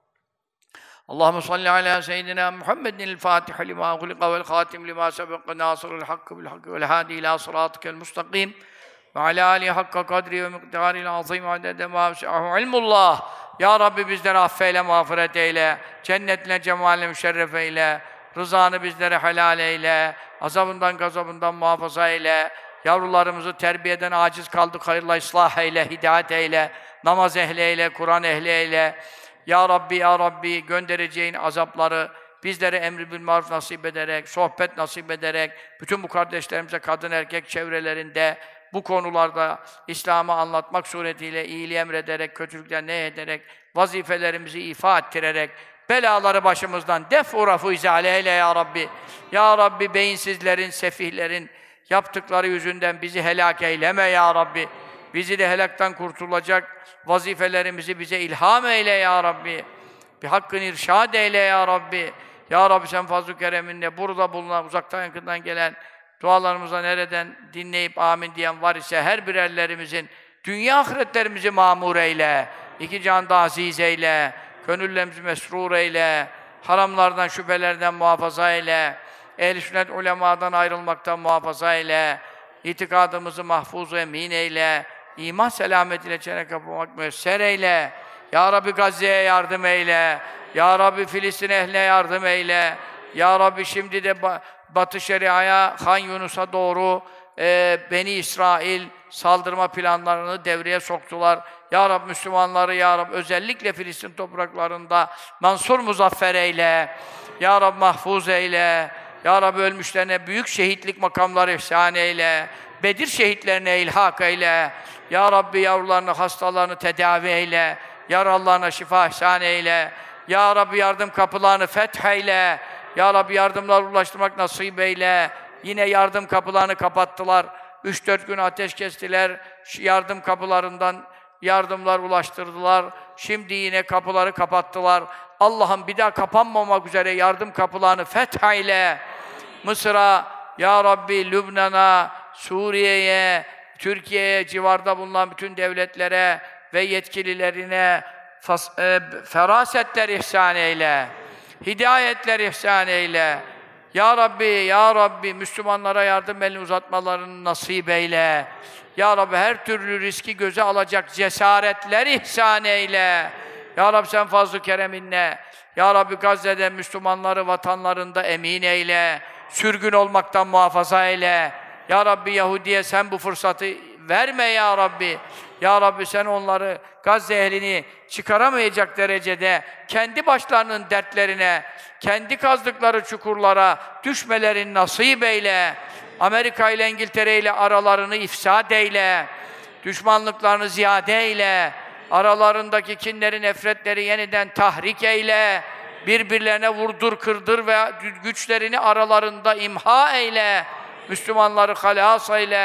Allahümme salli ala seyyidina Muhammedin el-Fâtiha lima ughliqa vel-Khâtim lima sebeqa nâsiril hakkı bil-hakkı vel-hâdi ilâ sırâtikel mustaqîm ve alâ âlihi hakka kadri ve miqdâril azîm adede mâ vesahu ilmullah. Ya Rabbi bizleri affeyle, mağfiret eyle, cennetle, cemaline müşerref eyle, rızanı bizlere helal eyle, azabından, gazabından muhafaza eyle, yavrularımızı terbiyeden aciz kaldık, hayırla ıslah eyle, hidayet eyle, namaz ehli eyle, Kur'an ehli eyle. Ya Rabbi, Ya Rabbi göndereceğin azapları bizlere emri bil maruf nasip ederek, sohbet nasip ederek, bütün bu kardeşlerimize kadın erkek çevrelerinde bu konularda İslam'ı anlatmak suretiyle iyiliği emrederek, kötülükten ne ederek, vazifelerimizi ifa ettirerek, belaları başımızdan def-u rafu izale eyle ya Rabbi. Ya Rabbi beyinsizlerin, sefihlerin yaptıkları yüzünden bizi helak eyleme ya Rabbi. Bizi de helaktan kurtulacak vazifelerimizi bize ilham eyle ya Rabbi. Bir hakkın irşad eyle ya Rabbi. Ya Rabbi sen fazl-ı kereminle burada bulunan, uzaktan yakından gelen dualarımıza nereden dinleyip amin diyen var ise her birerlerimizin dünya ahiretlerimizi mamur eyle. İki canda aziz eyle. Gönüllerimizi mesrur eyle. Haramlardan, şüphelerden muhafaza eyle. Ehl-i sünnet ulemadan ayrılmaktan muhafaza eyle. İtikadımızı mahfuz ve emin eyle. İman selametiyle çene kapamak müesser eyle. Ya Rabbi Gazze'ye yardım eyle. Ya Rabbi Filistin ehline yardım eyle. Ya Rabbi şimdi de Batı Şeria'ya, Han Yunus'a doğru e, Beni İsrail saldırma planlarını devreye soktular. Ya Rabbi Müslümanları, Ya Rabbi özellikle Filistin topraklarında mansur muzaffer eyle. Ya Rabbi mahfuz eyle. Ya Rabbi ölmüşlerine büyük şehitlik makamları ihsan eyle. Bedir şehitlerine ilhak eyle. Ya Rabbi yavrularını, hastalarını tedavi eyle. Yaralılarına şifa ihsan eyle. Ya Rabbi yardım kapılarını fetheyle. Ya Rabbi yardımlar ulaştırmak nasip eyle. Yine yardım kapılarını kapattılar. Üç dört gün ateş kestiler. Yardım kapılarından yardımlar ulaştırdılar. Şimdi yine kapıları kapattılar. Allah'ım bir daha kapanmamak üzere yardım kapılarını fetheyle. Mısır'a, Ya Rabbi Lübnan'a, Suriye'ye, Türkiye'ye, civarda bulunan bütün devletlere ve yetkililerine fas, e, ferasetler ihsan eyle. Hidayetler ihsan eyle. Ya Rabbi, Ya Rabbi Müslümanlara yardım elini uzatmalarını nasip eyle. Ya Rabbi her türlü riski göze alacak cesaretler ihsan eyle. Ya Rabbi sen fazl-ı kereminle, Ya Rabbi Gazze'de Müslümanları vatanlarında emin eyle. Sürgün olmaktan muhafaza eyle. Ya Rabbi Yahudi'ye sen bu fırsatı verme Ya Rabbi. Ya Rabbi sen onları, Gazze ehlini çıkaramayacak derecede kendi başlarının dertlerine, kendi kazdıkları çukurlara düşmelerini nasip eyle. Amerika ile İngiltere ile aralarını ifsad eyle. Düşmanlıklarını ziyade eyle. Aralarındaki kinleri, nefretleri yeniden tahrik eyle. Birbirlerine vurdur, kırdır ve güçlerini aralarında imha eyle. Müslümanları halas eyle.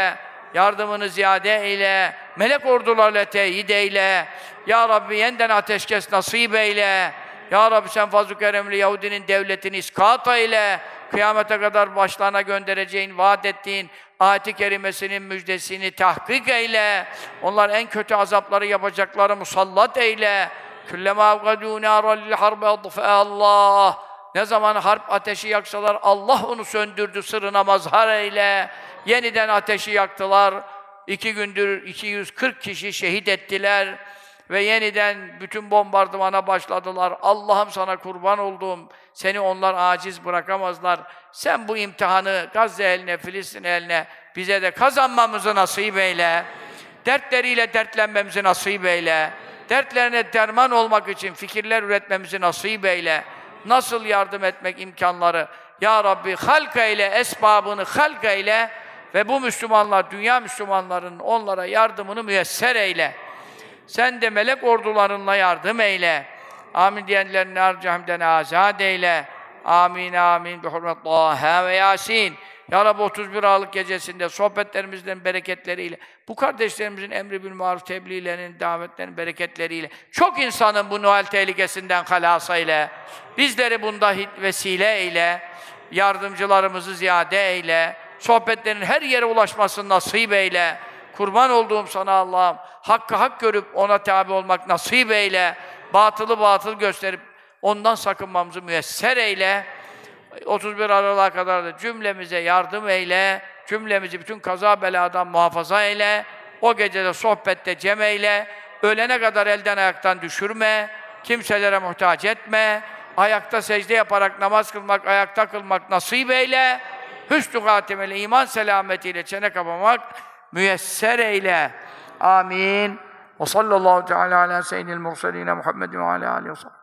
Yardımını ziyade eyle. Melek ordularla teyit eyle. Ya Rabbi yeniden ateşkes nasip eyle. Ya Rabbi sen fazl-ı keremli Yahudinin devletini iskat eyle. Kıyamete kadar başlarına göndereceğin, vaat ettiğin ayet-i kerimesinin müjdesini tahkik eyle. Onlar en kötü azapları yapacakları musallat eyle. Küllema avgadû nâran lil harbi Allah. Ne zaman harp ateşi yaksalar Allah onu söndürdü, sırrına mazhar eyle. Yeniden ateşi yaktılar. İki gündür iki yüz kırk kişi şehit ettiler. Ve yeniden bütün bombardımana başladılar. Allah'ım sana kurban olduğum, seni onlar aciz bırakamazlar. Sen bu imtihanı Gazze eline, Filistin eline bize de kazanmamızı nasip eyle. Dertleriyle dertlenmemizi nasip eyle. Dertlerine derman olmak için fikirler üretmemizi nasip eyle. Nasıl yardım etmek imkanları? Ya Rabbi halk eyle, esbabını halk eyle ve bu Müslümanlar, dünya Müslümanlarının onlara yardımını müyesser eyle. Sen de melek ordularınla yardım eyle. Amin diyenlerini harcamden azad eyle. Amin amin. Bi hurmet Taha ve Yasin. Ya Rabbi otuz bir Aralık gecesinde sohbetlerimizden bereketleriyle, bu kardeşlerimizin emri bil maruf tebliğlerinin, davetlerinin bereketleriyle, çok insanın bu Noel tehlikesinden halas eyle. Bizleri bunda vesile eyle. Yardımcılarımızı ziyade eyle. Sohbetlerin her yere ulaşmasını nasip eyle. Kurban olduğum sana Allah'ım, hakkı hak görüp ona tabi olmak nasip eyle. Batılı batıl gösterip ondan sakınmamızı müyesser eyle. otuz bir Aralık'a kadar da cümlemize yardım eyle. Cümlemizi bütün kaza beladan muhafaza eyle. O gecede sohbette cem eyle. Ölene kadar elden ayaktan düşürme. Kimselere muhtaç etme. Ayakta secde yaparak namaz kılmak, ayakta kılmak nasip eyle. Hüsnü hatimeli iman selametiyle çene kapamak müyesser eyle. Amin. Ve sallallahu teala ala seyyidil murseline Muhammedin ve ala alihi ve sahbihi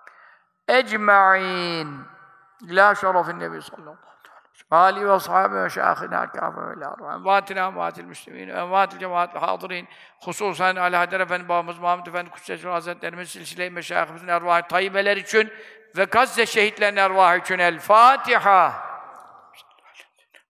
ecma'in. İlâ şerefin nebi sallallahu aleyhi ve sellem. Âli ve sahabe ve şâhina kâfe ve lâ. Envâtina envâtil müslümîn, envâtil cemaatil hâdirîn. Hususen Ali Haydar Efendi babamız, Mahmud Efendi Kudsesi Hazretlerimiz, silsile-i meşâihimizin ervâh-ı tayyibeler için ve Gazze şehitlerinin ervâhı için El Fatiha.